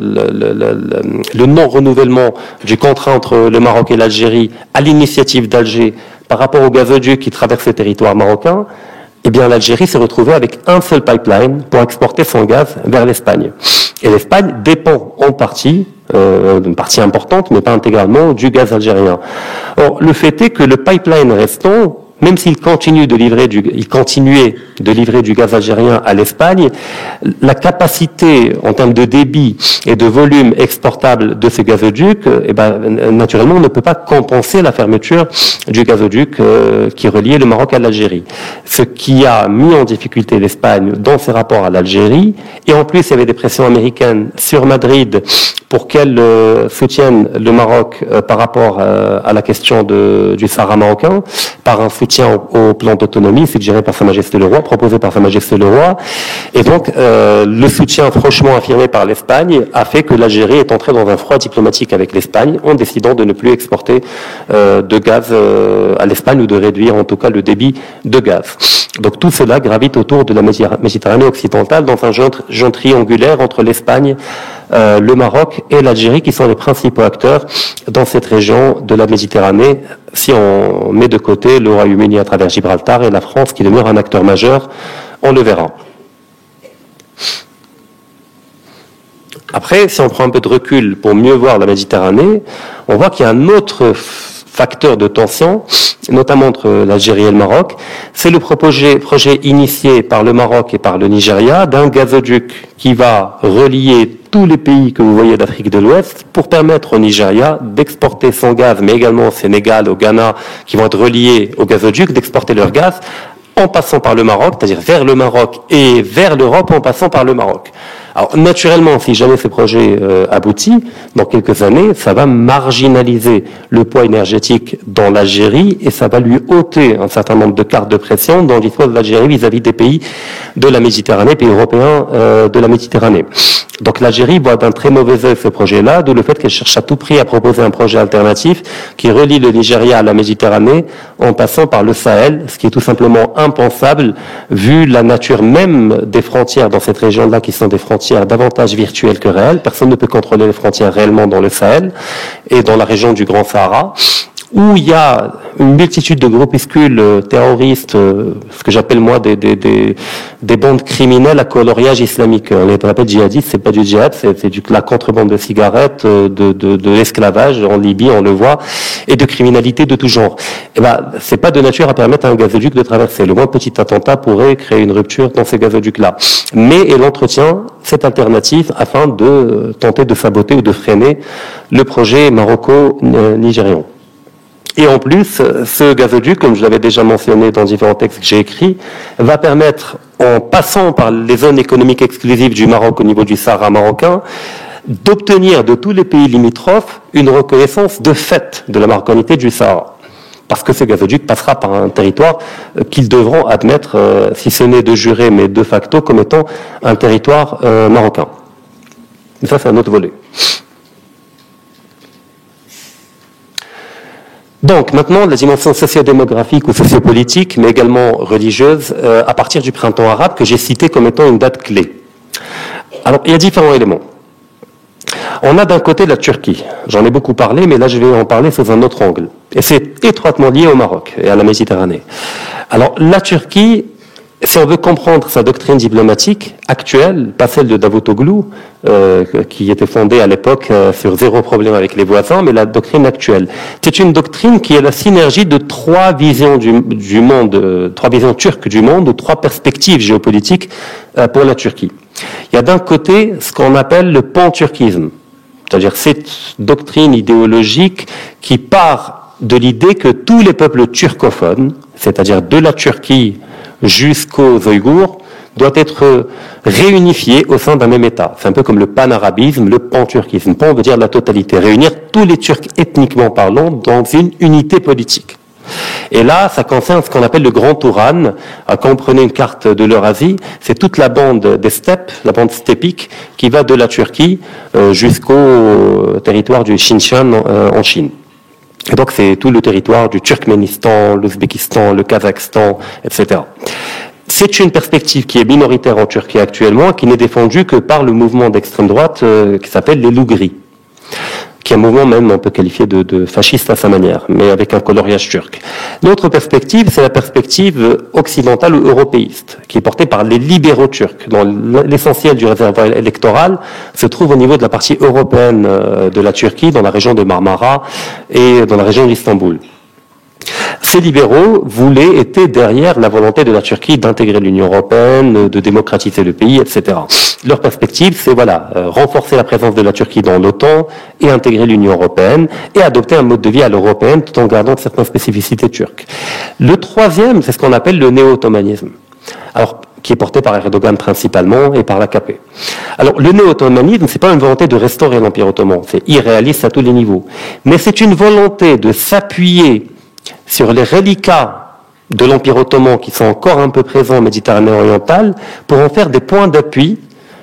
le non-renouvellement du contrat entre le Maroc et l'Algérie à l'initiative d'Alger par rapport au gazoduc qui traverse le territoire marocain, eh bien, l'Algérie s'est retrouvée avec un seul pipeline pour exporter son gaz vers l'Espagne. Et l'Espagne dépend en partie, d'une partie importante, mais pas intégralement, du gaz algérien. Or, le fait est que le pipeline restant, même s'il continuait de livrer du gaz algérien à l'Espagne, la capacité en termes de débit et de volume exportable de ce gazoduc, naturellement, ne peut pas compenser la fermeture du gazoduc qui reliait le Maroc à l'Algérie. Ce qui a mis en difficulté l'Espagne dans ses rapports à l'Algérie, et en plus, il y avait des pressions américaines sur Madrid pour qu'elle soutienne le Maroc par rapport à la question du Sahara marocain, par un soutien au plan d'autonomie suggéré par Sa Majesté le Roi, proposé par Sa Majesté le Roi. Et donc, le soutien franchement affirmé par l'Espagne a fait que l'Algérie est entrée dans un froid diplomatique avec l'Espagne en décidant de ne plus exporter de gaz à l'Espagne ou de réduire en tout cas le débit de gaz. Donc tout cela gravite autour de la Méditerranée occidentale dans un jeu triangulaire entre l'Espagne, le Maroc et l'Algérie qui sont les principaux acteurs dans cette région de la Méditerranée, si on met de côté le Royaume-Uni à travers Gibraltar et la France qui demeure un acteur majeur, on le verra. Après, si on prend un peu de recul pour mieux voir la Méditerranée, on voit qu'il y a un autre facteur de tension, notamment entre l'Algérie et le Maroc, c'est le projet initié par le Maroc et par le Nigeria d'un gazoduc qui va relier tous les pays que vous voyez d'Afrique de l'Ouest pour permettre au Nigeria d'exporter son gaz, mais également au Sénégal, au Ghana, qui vont être reliés au gazoduc, d'exporter leur gaz en passant par le Maroc, c'est-à-dire vers le Maroc et vers l'Europe en passant par le Maroc. Alors, naturellement, si jamais ce projet aboutit, dans quelques années, ça va marginaliser le poids énergétique dans l'Algérie et ça va lui ôter un certain nombre de cartes de pression dans l'histoire de l'Algérie vis-à-vis des pays de la Méditerranée, pays européens de la Méditerranée. Donc l'Algérie voit d'un très mauvais œil ce projet-là, d'où le fait qu'elle cherche à tout prix à proposer un projet alternatif qui relie le Nigeria à la Méditerranée en passant par le Sahel, ce qui est tout simplement impensable vu la nature même des frontières dans cette région-là qui sont des frontières davantage virtuelles que réelles. Personne ne peut contrôler les frontières réellement dans le Sahel et dans la région du Grand Sahara, où il y a une multitude de groupuscules terroristes, ce que j'appelle moi des bandes criminelles à coloriage islamique. On les appelle djihadistes, c'est pas du djihad, c'est de la contrebande de cigarettes, de l'esclavage en Libye, on le voit, et de criminalité de tout genre. Et ben, c'est pas de nature à permettre à un gazoduc de traverser. Le moins petit attentat pourrait créer une rupture dans ces gazoducs-là. Mais elle entretient cette alternative afin de tenter de saboter ou de freiner le projet maroco-nigérian. Et en plus, ce gazoduc, comme je l'avais déjà mentionné dans différents textes que j'ai écrits, va permettre, en passant par les zones économiques exclusives du Maroc au niveau du Sahara marocain, d'obtenir de tous les pays limitrophes une reconnaissance de fait de la marocanité du Sahara. Parce que ce gazoduc passera par un territoire qu'ils devront admettre, si ce n'est de jure, mais de facto, comme étant un territoire marocain. Mais ça, c'est un autre volet. Donc maintenant, la dimension sociodémographique ou sociopolitique, mais également religieuse, à partir du printemps arabe, que j'ai cité comme étant une date clé. Alors, il y a différents éléments. On a d'un côté la Turquie. J'en ai beaucoup parlé, mais là je vais en parler sous un autre angle. Et c'est étroitement lié au Maroc et à la Méditerranée. Alors, la Turquie, si on veut comprendre sa doctrine diplomatique actuelle, pas celle de Davutoglu, qui était fondée à l'époque sur zéro problème avec les voisins, mais la doctrine actuelle. C'est une doctrine qui est la synergie de trois visions du monde, trois visions turques du monde, ou trois perspectives géopolitiques pour la Turquie. Il y a d'un côté ce qu'on appelle le pan-turquisme, c'est-à-dire cette doctrine idéologique qui part de l'idée que tous les peuples turcophones, c'est-à-dire de la Turquie jusqu'aux Ouïghours, doit être réunifié au sein d'un même État. C'est un peu comme le pan-arabisme, le pan-turquisme. Pan veut dire la totalité, réunir tous les Turcs ethniquement parlant dans une unité politique. Et là, ça concerne ce qu'on appelle le Grand Touran. Quand vous prenez une carte de l'Eurasie, c'est toute la bande des steppes, la bande steppique, qui va de la Turquie jusqu'au territoire du Xinjiang en Chine. Et donc c'est tout le territoire du Turkménistan, l'Ouzbékistan, le Kazakhstan, etc. C'est une perspective qui est minoritaire en Turquie actuellement, qui n'est défendue que par le mouvement d'extrême droite qui s'appelle les loups gris, qui est un mouvement même on peut qualifier de fasciste à sa manière, mais avec un coloriage turc. L'autre perspective, c'est la perspective occidentale ou européiste, qui est portée par les libéraux turcs, dont l'essentiel du réservoir électoral se trouve au niveau de la partie européenne de la Turquie, dans la région de Marmara et dans la région d'Istanbul. Ces libéraux étaient derrière la volonté de la Turquie d'intégrer l'Union européenne, de démocratiser le pays, etc. Leur perspective, c'est renforcer la présence de la Turquie dans l'OTAN et intégrer l'Union européenne et adopter un mode de vie à l'européenne tout en gardant certaines spécificités turques. Le troisième, c'est ce qu'on appelle le néo-ottomanisme. Alors, qui est porté par Erdogan principalement et par l'AKP. Alors, le néo-ottomanisme, c'est pas une volonté de restaurer l'Empire ottoman, c'est irréaliste à tous les niveaux. Mais c'est une volonté de s'appuyer sur les reliquats de l'Empire ottoman qui sont encore un peu présents en Méditerranée orientale pour en faire des points d'appui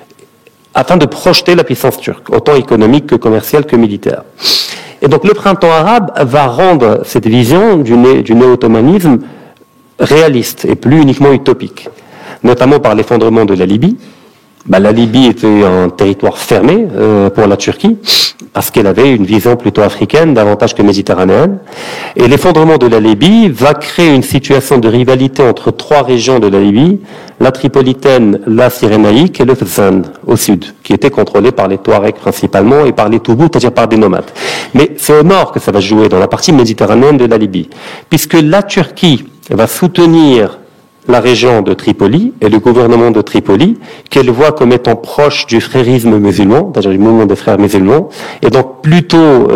afin de projeter la puissance turque, autant économique que commerciale que militaire. Et donc le printemps arabe va rendre cette vision du néo-ottomanisme réaliste et plus uniquement utopique, notamment par l'effondrement de la Libye. La Libye était un territoire fermé pour la Turquie, parce qu'elle avait une vision plutôt africaine, davantage que méditerranéenne. Et l'effondrement de la Libye va créer une situation de rivalité entre trois régions de la Libye, la Tripolitaine, la Cyrénaïque et le Fezzan, au sud, qui étaient contrôlées par les Touaregs principalement et par les Toubous, c'est-à-dire par des nomades. Mais c'est au nord que ça va jouer, dans la partie méditerranéenne de la Libye, puisque la Turquie va soutenir la région de Tripoli et le gouvernement de Tripoli, qu'elle voit comme étant proche du frérisme musulman, c'est-à-dire du mouvement des frères musulmans, et donc plutôt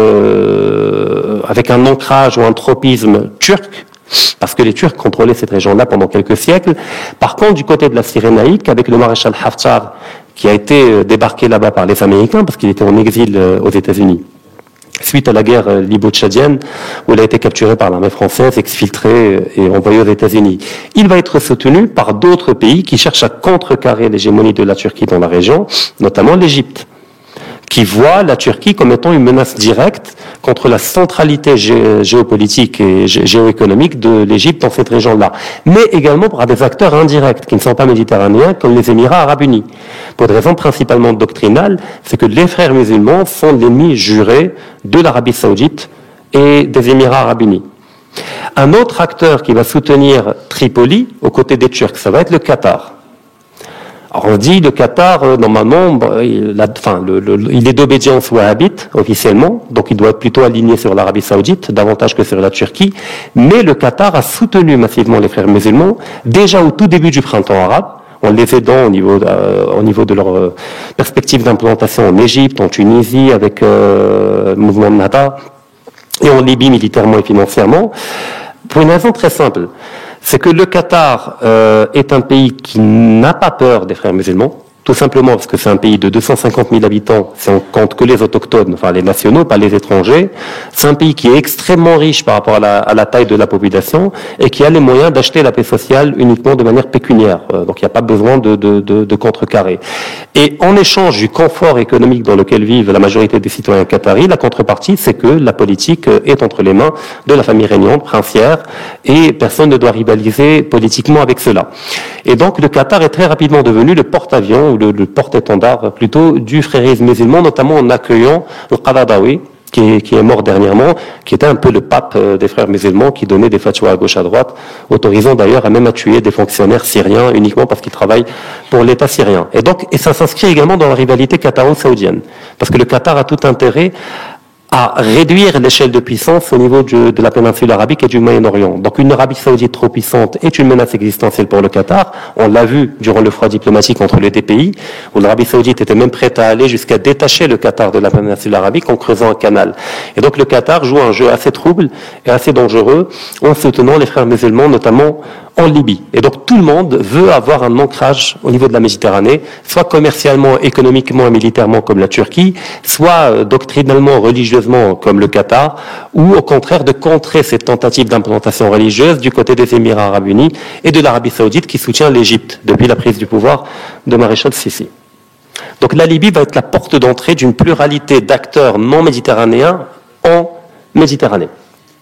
avec un ancrage ou un tropisme turc, parce que les Turcs contrôlaient cette région-là pendant quelques siècles. Par contre, du côté de la Cyrénaïque, avec le maréchal Haftar, qui a été débarqué là-bas par les Américains, parce qu'il était en exil aux États-Unis, suite à la guerre libo-tchadienne, où il a été capturé par l'armée française, exfiltré et envoyé aux États-Unis. Il va être soutenu par d'autres pays qui cherchent à contrecarrer l'hégémonie de la Turquie dans la région, notamment l'Égypte, qui voit la Turquie comme étant une menace directe contre la centralité géopolitique et géoéconomique de l'Égypte dans cette région-là, mais également par des acteurs indirects qui ne sont pas méditerranéens, comme les Émirats arabes unis. Pour des raisons principalement doctrinales, c'est que les frères musulmans sont l'ennemi juré de l'Arabie saoudite et des Émirats arabes unis. Un autre acteur qui va soutenir Tripoli aux côtés des Turcs, ça va être le Qatar. Alors on dit le Qatar, normalement, il est d'obédience wahhabite officiellement, donc il doit être plutôt aligné sur l'Arabie saoudite, davantage que sur la Turquie, mais le Qatar a soutenu massivement les frères musulmans, déjà au tout début du printemps arabe, en les aidant au niveau de leur perspective d'implantation en Égypte, en Tunisie, avec le mouvement Nahda, et en Libye militairement et financièrement, pour une raison très simple. C'est que le Qatar est un pays qui n'a pas peur des frères musulmans, tout simplement parce que c'est un pays de 250 000 habitants, si on compte que les autochtones, enfin les nationaux, pas les étrangers. C'est un pays qui est extrêmement riche par rapport à la taille de la population et qui a les moyens d'acheter la paix sociale uniquement de manière pécuniaire. Donc il n'y a pas besoin de contrecarrer. Et en échange du confort économique dans lequel vivent la majorité des citoyens qataris, la contrepartie, c'est que la politique est entre les mains de la famille régnante, princière, et personne ne doit rivaliser politiquement avec cela. Et donc le Qatar est très rapidement devenu le porte-avions, ou le porte-étendard plutôt du frérisme musulman, notamment en accueillant le Qaradawi, qui est mort dernièrement, qui était un peu le pape des frères musulmans, qui donnait des fatwas à gauche à droite, autorisant d'ailleurs à même à tuer des fonctionnaires syriens uniquement parce qu'ils travaillent pour l'État syrien. Et ça s'inscrit également dans la rivalité qataro-saoudienne, parce que le Qatar a tout intérêt à réduire l'échelle de puissance au niveau de la péninsule arabique et du Moyen-Orient. Donc une Arabie saoudite trop puissante est une menace existentielle pour le Qatar. On l'a vu durant le froid diplomatique entre les deux pays, où l'Arabie saoudite était même prête à aller jusqu'à détacher le Qatar de la péninsule arabique en creusant un canal. Et donc le Qatar joue un jeu assez trouble et assez dangereux en soutenant les frères musulmans, notamment en Libye. Et donc tout le monde veut avoir un ancrage au niveau de la Méditerranée, soit commercialement, économiquement et militairement comme la Turquie, soit doctrinalement, religieusement comme le Qatar, ou au contraire de contrer cette tentative d'implantation religieuse du côté des Émirats arabes unis et de l'Arabie saoudite qui soutient l'Égypte depuis la prise du pouvoir de Maréchal Sissi. Donc la Libye va être la porte d'entrée d'une pluralité d'acteurs non méditerranéens en Méditerranée.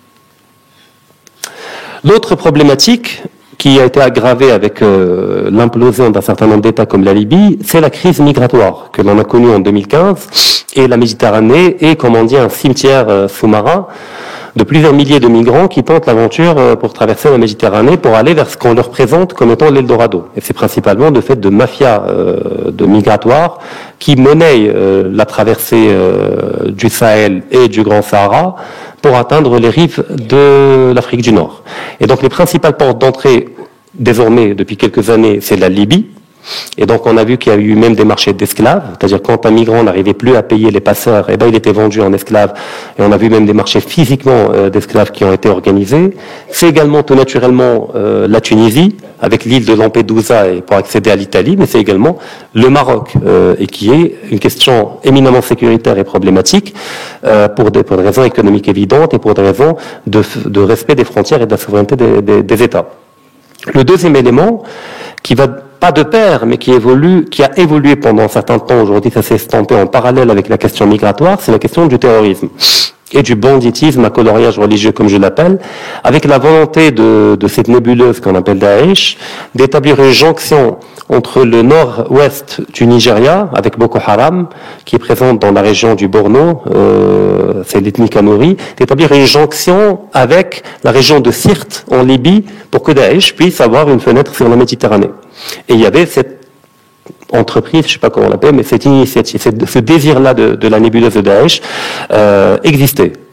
L'autre problématique qui a été aggravée avec l'implosion d'un certain nombre d'États comme la Libye, c'est la crise migratoire que l'on a connue en 2015. Et la Méditerranée est, comme on dit, un cimetière sous-marin de plusieurs milliers de migrants qui tentent l'aventure pour traverser la Méditerranée pour aller vers ce qu'on leur présente comme étant l'Eldorado. Et c'est principalement le fait de mafias de migratoires qui monnaient la traversée du Sahel et du Grand Sahara pour atteindre les rives de l'Afrique du Nord. Et donc les principales portes d'entrée, désormais, depuis quelques années, c'est la Libye. Et donc on a vu qu'il y a eu même des marchés d'esclaves, c'est-à-dire quand un migrant n'arrivait plus à payer les passeurs, il était vendu en esclave. Et on a vu même des marchés physiquement d'esclaves qui ont été organisés. C'est également tout naturellement la Tunisie, avec l'île de Lampedusa et pour accéder à l'Italie, mais c'est également le Maroc, et qui est une question éminemment sécuritaire et problématique pour des raisons économiques évidentes et pour des raisons de respect des frontières et de la souveraineté des États. Le deuxième élément qui va pas de pair, mais qui a évolué pendant un certain temps, aujourd'hui ça s'est estampé en parallèle avec la question migratoire, c'est la question du terrorisme et du banditisme à coloriage religieux, comme je l'appelle, avec la volonté de cette nébuleuse qu'on appelle Daesh, d'établir une jonction entre le nord-ouest du Nigeria, avec Boko Haram, qui est présente dans la région du Borno, c'est l'ethnie Kanuri, d'établir une jonction avec la région de Sirte, en Libye, pour que Daesh puisse avoir une fenêtre sur la Méditerranée. Et il y avait cette entreprise, je ne sais pas comment on l'appelle, mais cette initiative, ce désir-là de la nébuleuse de Daesh existait.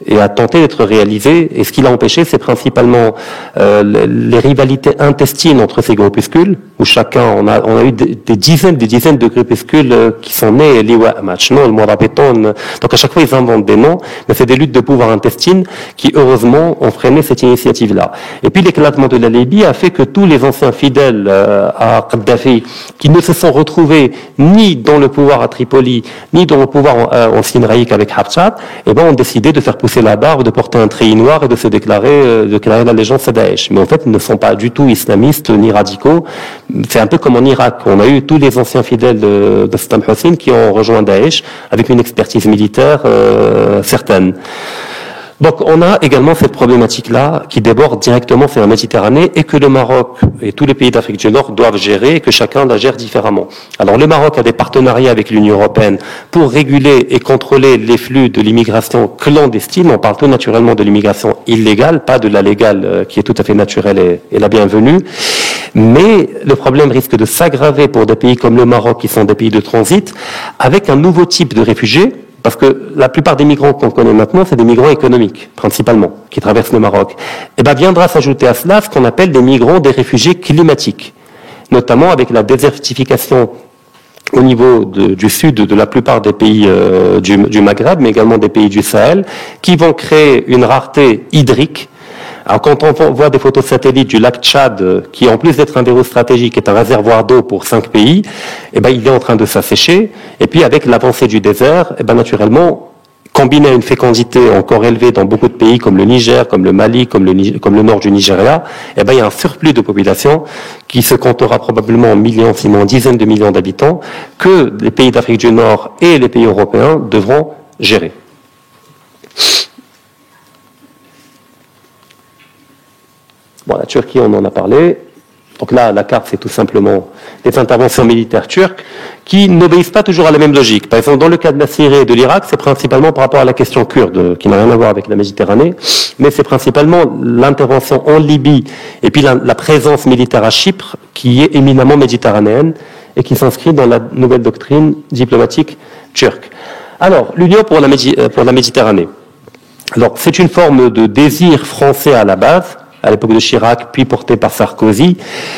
et a tenté d'être réalisé. Et ce qui l'a empêché, c'est principalement les rivalités intestines entre ces groupuscules, où chacun, on a eu des dizaines de groupuscules qui sont nés, l'Iwa Machno, le Morabeton. Donc à chaque fois, ils inventent des noms, mais c'est des luttes de pouvoir intestines qui, heureusement, ont freiné cette initiative-là. Et puis l'éclatement de la Libye a fait que tous les anciens fidèles à Kadhafi, qui ne se sont retrouvés ni dans le pouvoir à Tripoli, ni dans le pouvoir en Sinraïque avec Haftar, ont décidé de faire pousser la barbe, de porter un treillis noir et de se déclarer l'allégeance à Daesh. Mais en fait, ils ne sont pas du tout islamistes ni radicaux. C'est un peu comme en Irak. On a eu tous les anciens fidèles de Saddam Hussein qui ont rejoint Daesh avec une expertise militaire certaine. Donc on a également cette problématique-là qui déborde directement sur la Méditerranée et que le Maroc et tous les pays d'Afrique du Nord doivent gérer et que chacun la gère différemment. Alors le Maroc a des partenariats avec l'Union européenne pour réguler et contrôler les flux de l'immigration clandestine. On parle tout naturellement de l'immigration illégale, pas de la légale qui est tout à fait naturelle et la bienvenue. Mais le problème risque de s'aggraver pour des pays comme le Maroc qui sont des pays de transit avec un nouveau type de réfugiés. Parce que la plupart des migrants qu'on connaît maintenant, c'est des migrants économiques, principalement, qui traversent le Maroc. Et viendra s'ajouter à cela ce qu'on appelle des migrants, des réfugiés climatiques. Notamment avec la désertification au niveau du sud de la plupart des pays du Maghreb, mais également des pays du Sahel, qui vont créer une rareté hydrique. Alors quand on voit des photos satellites du lac Tchad, qui en plus d'être un verrou stratégique est un réservoir d'eau pour 5 pays, il est en train de s'assécher. Et puis avec l'avancée du désert, naturellement, combiné à une fécondité encore élevée dans beaucoup de pays comme le Niger, comme le Mali, comme le nord du Nigeria, il y a un surplus de population qui se comptera probablement en millions, sinon en dizaines de millions d'habitants, que les pays d'Afrique du Nord et les pays européens devront gérer. Bon, la Turquie, on en a parlé. Donc là, la carte, c'est tout simplement des interventions militaires turques qui n'obéissent pas toujours à la même logique. Par exemple, dans le cas de la Syrie et de l'Irak, c'est principalement par rapport à la question kurde, qui n'a rien à voir avec la Méditerranée, mais c'est principalement l'intervention en Libye et puis la présence militaire à Chypre qui est éminemment méditerranéenne et qui s'inscrit dans la nouvelle doctrine diplomatique turque. Alors, l'Union pour la Méditerranée. Alors, c'est une forme de désir français à la base, à l'époque de Chirac, puis porté par Sarkozy,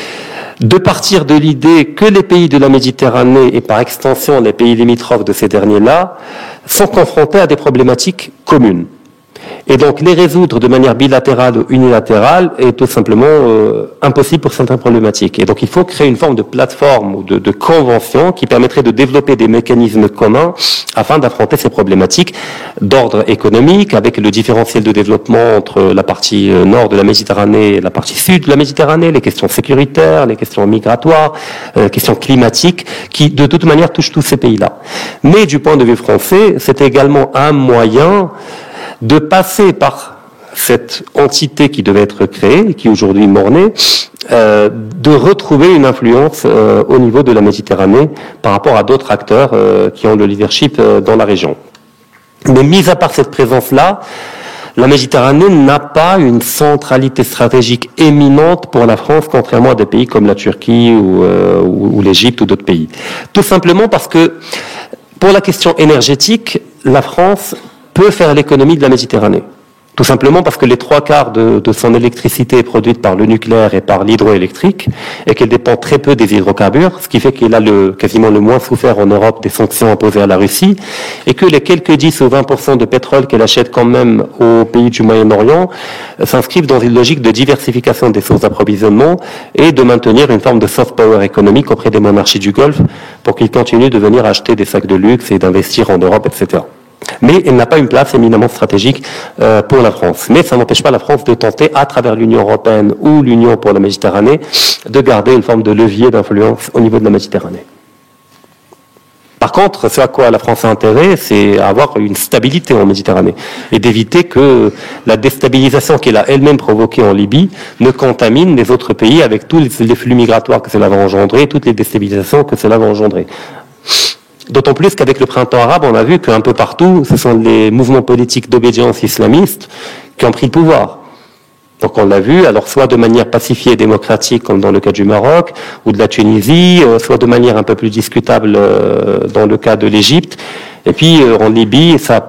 de partir de l'idée que les pays de la Méditerranée, et par extension les pays limitrophes de ces derniers-là, sont confrontés à des problématiques communes. Et donc les résoudre de manière bilatérale ou unilatérale est tout simplement impossible pour certaines problématiques. Et donc il faut créer une forme de plateforme ou de convention qui permettrait de développer des mécanismes communs afin d'affronter ces problématiques d'ordre économique, avec le différentiel de développement entre la partie nord de la Méditerranée et la partie sud de la Méditerranée, les questions sécuritaires, les questions migratoires, les questions climatiques, qui de toute manière touchent tous ces pays-là. Mais du point de vue français, c'est également un moyen de passer par cette entité qui devait être créée, qui aujourd'hui est mort-née, de retrouver une influence au niveau de la Méditerranée par rapport à d'autres acteurs qui ont le leadership dans la région. Mais mis à part cette présence-là, la Méditerranée n'a pas une centralité stratégique éminente pour la France, contrairement à des pays comme la Turquie ou l'Égypte ou d'autres pays. Tout simplement parce que, pour la question énergétique, la France peut faire l'économie de la Méditerranée. Tout simplement parce que les 3/4 de son électricité est produite par le nucléaire et par l'hydroélectrique, et qu'elle dépend très peu des hydrocarbures, ce qui fait qu'elle a quasiment le moins souffert en Europe des sanctions imposées à la Russie, et que les quelques 10 ou 20% de pétrole qu'elle achète quand même aux pays du Moyen-Orient s'inscrivent dans une logique de diversification des sources d'approvisionnement et de maintenir une forme de soft power économique auprès des monarchies du Golfe pour qu'ils continuent de venir acheter des sacs de luxe et d'investir en Europe, etc. Mais elle n'a pas une place éminemment stratégique pour la France. Mais ça n'empêche pas la France de tenter, à travers l'Union européenne ou l'Union pour la Méditerranée, de garder une forme de levier d'influence au niveau de la Méditerranée. Par contre, ce à quoi la France a intérêt, c'est avoir une stabilité en Méditerranée et d'éviter que la déstabilisation qu'elle a elle-même provoquée en Libye ne contamine les autres pays avec tous les flux migratoires que cela va engendrer, toutes les déstabilisations que cela va engendrer. D'autant plus qu'avec le printemps arabe, on a vu qu'un peu partout, ce sont les mouvements politiques d'obédience islamiste qui ont pris le pouvoir. Donc on l'a vu, alors soit de manière pacifiée et démocratique, comme dans le cas du Maroc, ou de la Tunisie, soit de manière un peu plus discutable dans le cas de l'Égypte. Et puis en Libye, ça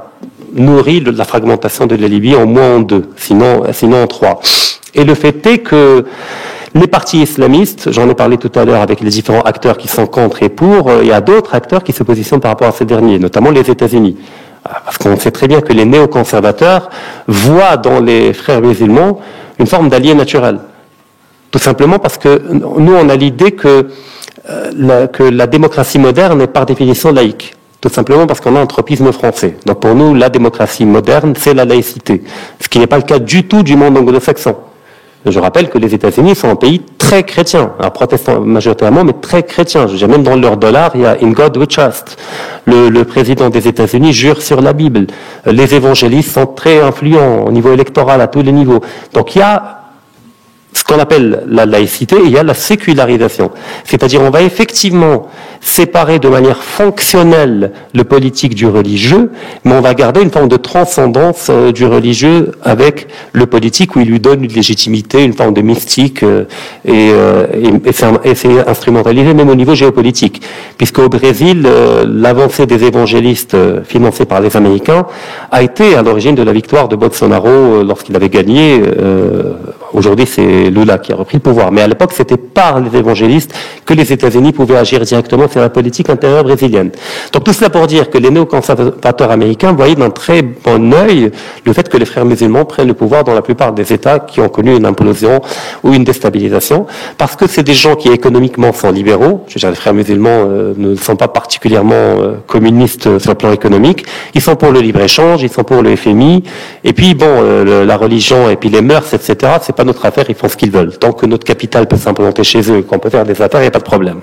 nourri la fragmentation de la Libye en moins en deux, sinon en trois. Et le fait est que les partis islamistes, j'en ai parlé tout à l'heure avec les différents acteurs qui sont contre et pour, il y a d'autres acteurs qui se positionnent par rapport à ces derniers, notamment les États-Unis. Parce qu'on sait très bien que les néoconservateurs voient dans les frères musulmans une forme d'allié naturel. Tout simplement parce que nous, on a l'idée que la démocratie moderne est par définition laïque. Tout simplement parce qu'on a un tropisme français. Donc pour nous, la démocratie moderne, c'est la laïcité. Ce qui n'est pas le cas du tout du monde anglo-saxon. Je rappelle que les États-Unis sont un pays très chrétien, un protestant majoritairement, mais très chrétien. Je veux dire, même dans leur dollar, il y a « In God we trust ». Le président des États-Unis jure sur la Bible. Les évangélistes sont très influents au niveau électoral, à tous les niveaux. Donc il y a ce qu'on appelle la laïcité, et il y a la sécularisation. C'est-à-dire, on va effectivement séparer de manière fonctionnelle le politique du religieux, mais on va garder une forme de transcendance du religieux avec le politique, où il lui donne une légitimité, une forme de mystique, et c'est instrumentalisé même au niveau géopolitique. Puisqu'au Brésil, l'avancée des évangélistes financés par les Américains a été à l'origine de la victoire de Bolsonaro lorsqu'il avait gagné. Aujourd'hui, c'est Lula qui a repris le pouvoir. Mais à l'époque, c'était par les évangélistes que les États-Unis pouvaient agir directement sur la politique intérieure brésilienne. Donc tout cela pour dire que les néoconservateurs américains voyaient d'un très bon œil le fait que les frères musulmans prennent le pouvoir dans la plupart des États qui ont connu une implosion ou une déstabilisation, parce que c'est des gens qui économiquement sont libéraux. Je veux dire, les frères musulmans ne sont pas particulièrement communistes sur le plan économique. Ils sont pour le libre-échange, ils sont pour le FMI. Et puis bon, la religion et puis les mœurs, etc., c'est pas notre affaire, ils font ce qu'ils veulent. Tant que notre capital peut s'implanter chez eux, qu'on peut faire des affaires, il n'y a pas de problème.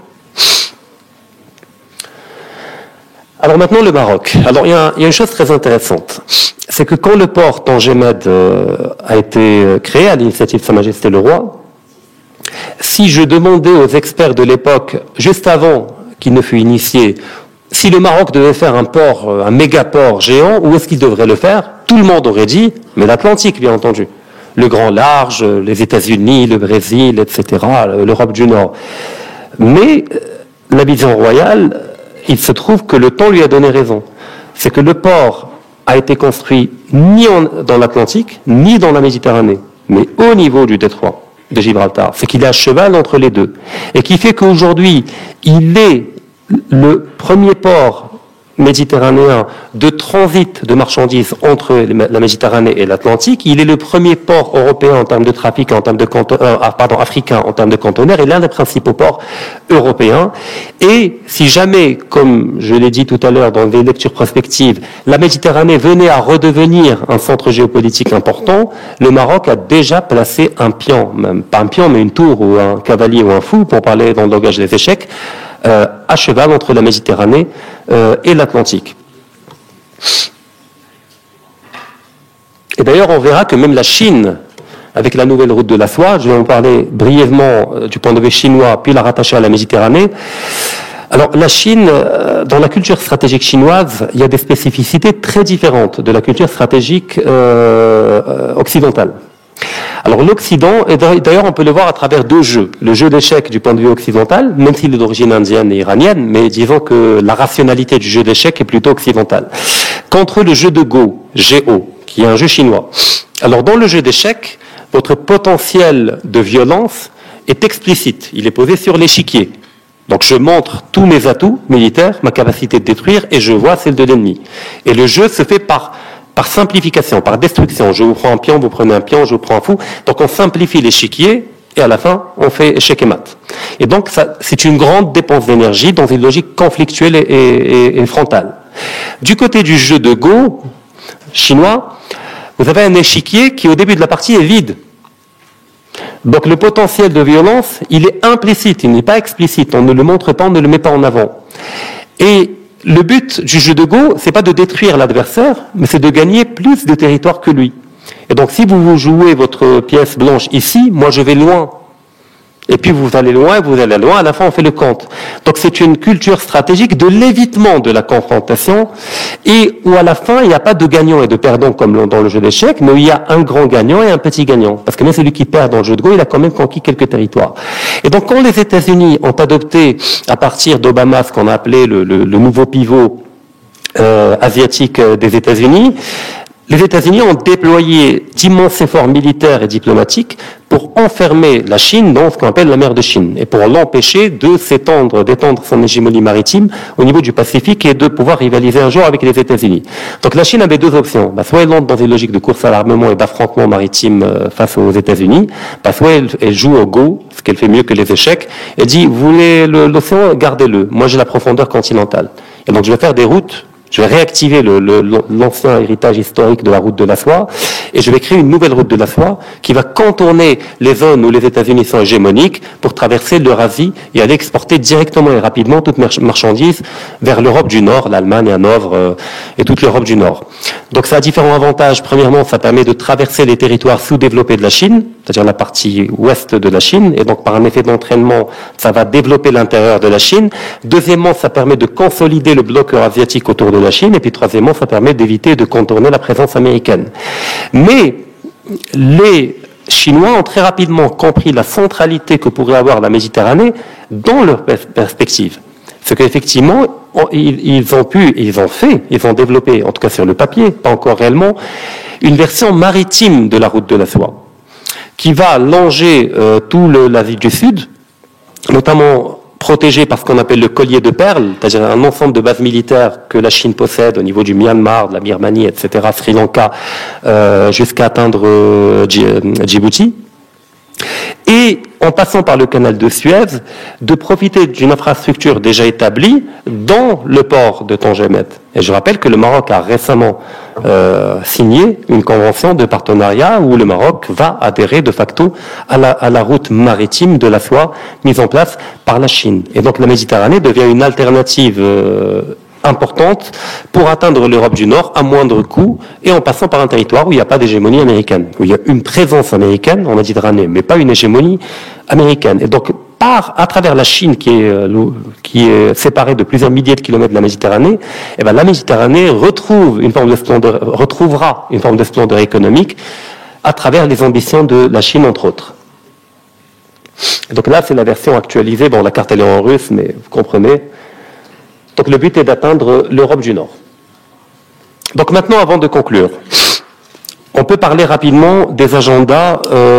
Alors maintenant, le Maroc. Alors il y a une chose très intéressante. C'est que quand le port Tangemed a été créé à l'initiative de Sa Majesté le Roi, si je demandais aux experts de l'époque, juste avant qu'il ne fût initié, si le Maroc devait faire un port, un méga port géant, où est-ce qu'il devrait le faire? Tout le monde aurait dit, mais l'Atlantique, bien entendu. Le Grand Large, les États-Unis, le Brésil, etc., l'Europe du Nord. Mais la vision royale, il se trouve que le temps lui a donné raison. C'est que le port a été construit ni dans l'Atlantique, ni dans la Méditerranée, mais au niveau du détroit de Gibraltar. C'est qu'il est à cheval entre les deux. Et qui fait qu'aujourd'hui, il est le premier port méditerranéen de transit de marchandises entre la Méditerranée et l'Atlantique. Il est le premier port européen en termes de trafic, en termes de africain en termes de conteneurs, et l'un des principaux ports européens. Et si jamais, comme je l'ai dit tout à l'heure dans des lectures prospectives, la Méditerranée venait à redevenir un centre géopolitique important, le Maroc a déjà placé un pion, même pas un pion, mais une tour ou un cavalier ou un fou, pour parler dans le langage des échecs, à cheval entre la Méditerranée et l'Atlantique. Et d'ailleurs, on verra que même la Chine, avec la nouvelle route de la soie, je vais en parler brièvement du point de vue chinois, puis la rattacher à la Méditerranée. Alors, la Chine, dans la culture stratégique chinoise, il y a des spécificités très différentes de la culture stratégique occidentale. Alors l'Occident, et d'ailleurs on peut le voir à travers deux jeux. Le jeu d'échecs du point de vue occidental, même s'il est d'origine indienne et iranienne, mais disons que la rationalité du jeu d'échecs est plutôt occidentale. Contre le jeu de Go, G-O, qui est un jeu chinois. Alors dans le jeu d'échecs, votre potentiel de violence est explicite. Il est posé sur l'échiquier. Donc je montre tous mes atouts militaires, ma capacité de détruire, et je vois celle de l'ennemi. Et le jeu se fait par simplification, par destruction. Je vous prends un pion, vous prenez un pion, je vous prends un fou. Donc on simplifie l'échiquier et à la fin, on fait échec et mat. Et donc c'est une grande dépense d'énergie dans une logique conflictuelle et frontale. Du côté du jeu de Go chinois, vous avez un échiquier qui au début de la partie est vide. Donc le potentiel de violence, il est implicite, il n'est pas explicite. On ne le montre pas, on ne le met pas en avant. Et le but du jeu de Go, c'est pas de détruire l'adversaire, mais c'est de gagner plus de territoire que lui. Et donc, si vous jouez votre pièce blanche ici, moi je vais loin. Et puis vous allez loin, vous allez loin, à la fin on fait le compte. Donc c'est une culture stratégique de l'évitement de la confrontation, et où à la fin il n'y a pas de gagnant et de perdant comme dans le jeu d'échecs, mais où il y a un grand gagnant et un petit gagnant. Parce que même celui qui perd dans le jeu de Go, il a quand même conquis quelques territoires. Et donc quand les États-Unis ont adopté, à partir d'Obama, ce qu'on a appelé le nouveau pivot, asiatique des États-Unis. Les États-Unis ont déployé d'immenses efforts militaires et diplomatiques pour enfermer la Chine dans ce qu'on appelle la mer de Chine et pour l'empêcher d'étendre son hégémonie maritime au niveau du Pacifique et de pouvoir rivaliser un jour avec les États-Unis. Donc la Chine avait deux options. Soit elle entre dans une logique de course à l'armement et d'affrontement maritime face aux États-Unis, soit elle joue au go, ce qu'elle fait mieux que les échecs, et dit, vous voulez l'océan, gardez-le. Moi j'ai la profondeur continentale. Et donc je vais faire des routes. Je vais réactiver l'ancien héritage historique de la route de la soie et je vais créer une nouvelle route de la soie qui va contourner les zones où les États-Unis sont hégémoniques pour traverser l'Eurasie et aller exporter directement et rapidement toute marchandise vers l'Europe du Nord, l'Allemagne, Hanovre et toute l'Europe du Nord. Donc ça a différents avantages. Premièrement, ça permet de traverser les territoires sous-développés de la Chine, c'est-à-dire la partie ouest de la Chine, et donc par un effet d'entraînement, ça va développer l'intérieur de la Chine. Deuxièmement, ça permet de consolider le bloc eurasiatique autour de la Chine, et puis troisièmement, ça permet d'éviter de contourner la présence américaine. Mais les Chinois ont très rapidement compris la centralité que pourrait avoir la Méditerranée dans leur perspective. Ce qu'effectivement, ils ont développé, en tout cas sur le papier, pas encore réellement, une version maritime de la route de la soie, qui va longer tout l'Asie du Sud, notamment protégé par ce qu'on appelle le collier de perles, c'est-à-dire un ensemble de bases militaires que la Chine possède au niveau du Myanmar, de la Birmanie, etc., Sri Lanka, jusqu'à atteindre Djibouti. Et en passant par le canal de Suez, de profiter d'une infrastructure déjà établie dans le port de Tangemet. Et je rappelle que le Maroc a récemment signé une convention de partenariat où le Maroc va adhérer de facto à la route maritime de la soie mise en place par la Chine. Et donc la Méditerranée devient une alternative importante pour atteindre l'Europe du Nord à moindre coût et en passant par un territoire où il n'y a pas d'hégémonie américaine, où il y a une présence américaine en Méditerranée, mais pas une hégémonie américaine. Et donc, à travers la Chine qui est séparée de plusieurs milliers de kilomètres de la Méditerranée, la Méditerranée retrouvera une forme de splendeur économique à travers les ambitions de la Chine, entre autres. Et donc là, c'est la version actualisée. Bon, la carte, elle est en russe, mais vous comprenez. Donc le but est d'atteindre l'Europe du Nord. Donc maintenant, avant de conclure, on peut parler rapidement des agendas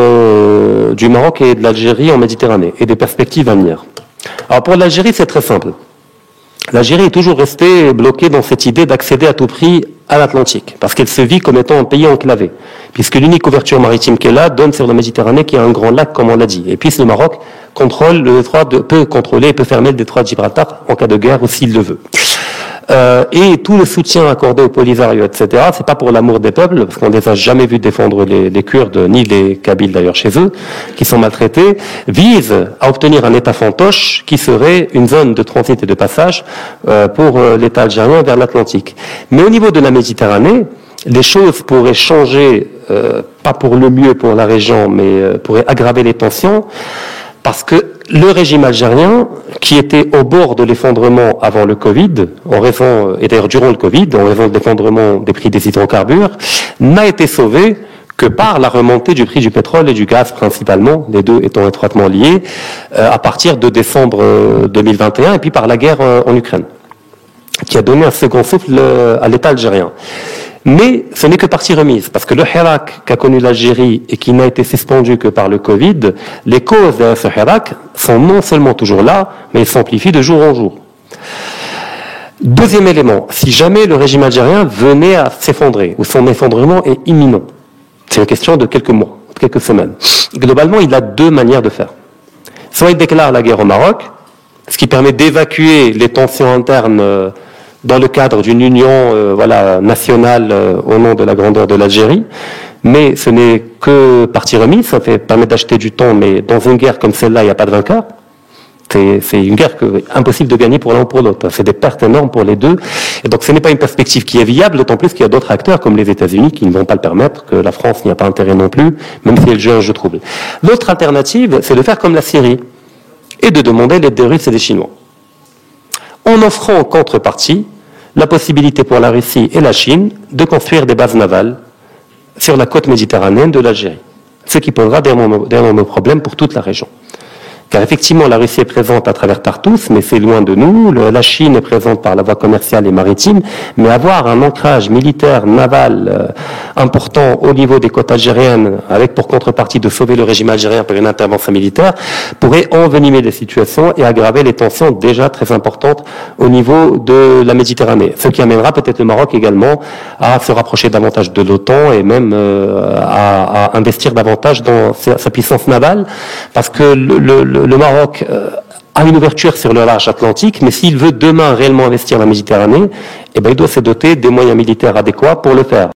du Maroc et de l'Algérie en Méditerranée et des perspectives à venir. Alors pour l'Algérie, c'est très simple. L'Algérie est toujours restée bloquée dans cette idée d'accéder à tout prix à l'Atlantique, parce qu'elle se vit comme étant un pays enclavé, puisque l'unique ouverture maritime qu'elle a donne sur la Méditerranée, qui est un grand lac, comme on l'a dit. Et puis le Maroc peut contrôler et peut fermer le détroit de Gibraltar en cas de guerre ou s'il le veut. Et tout le soutien accordé au Polisario, etc., c'est pas pour l'amour des peuples, parce qu'on ne les a jamais vus défendre les Kurdes, ni les Kabyles d'ailleurs chez eux, qui sont maltraités, vise à obtenir un État fantoche qui serait une zone de transit et de passage pour l'État algérien vers l'Atlantique. Mais au niveau de la Méditerranée, les choses pourraient changer, pas pour le mieux pour la région, mais pourraient aggraver les tensions, parce que le régime algérien, qui était au bord de l'effondrement avant le Covid, et d'ailleurs durant le Covid, en raison de l'effondrement des prix des hydrocarbures, n'a été sauvé que par la remontée du prix du pétrole et du gaz principalement, les deux étant étroitement liés, à partir de décembre 2021, et puis par la guerre en Ukraine, qui a donné un second souffle à l'État algérien. Mais ce n'est que partie remise, parce que le Hirak qu'a connu l'Algérie et qui n'a été suspendu que par le Covid, les causes de ce Hirak sont non seulement toujours là, mais elles s'amplifient de jour en jour. Deuxième élément, si jamais le régime algérien venait à s'effondrer, ou son effondrement est imminent, c'est une question de quelques mois, de quelques semaines. Globalement, il a deux manières de faire. Soit il déclare la guerre au Maroc, ce qui permet d'évacuer les tensions internes dans le cadre d'une union nationale au nom de la grandeur de l'Algérie. Mais ce n'est que partie remise, ça permet d'acheter du temps, mais dans une guerre comme celle-là, il n'y a pas de vainqueur. C'est une guerre impossible de gagner pour l'un ou pour l'autre. C'est des pertes énormes pour les deux. Et donc ce n'est pas une perspective qui est viable, d'autant plus qu'il y a d'autres acteurs comme les États-Unis qui ne vont pas le permettre, que la France n'y a pas intérêt non plus, même si elle joue un jeu trouble. L'autre alternative, c'est de faire comme la Syrie et de demander l'aide des Russes et des Chinois, en offrant en contrepartie la possibilité pour la Russie et la Chine de construire des bases navales sur la côte méditerranéenne de l'Algérie, ce qui posera d'énormes problèmes pour toute la région. Car effectivement, la Russie est présente à travers Tartous, mais c'est loin de nous. La Chine est présente par la voie commerciale et maritime, mais avoir un ancrage militaire, naval important au niveau des côtes algériennes, avec pour contrepartie de sauver le régime algérien par une intervention militaire, pourrait envenimer les situations et aggraver les tensions déjà très importantes au niveau de la Méditerranée. Ce qui amènera peut-être le Maroc également à se rapprocher davantage de l'OTAN et même à investir davantage dans sa puissance navale, parce que le Maroc a une ouverture sur le large Atlantique, mais s'il veut demain réellement investir la Méditerranée, eh ben, il doit se doter des moyens militaires adéquats pour le faire.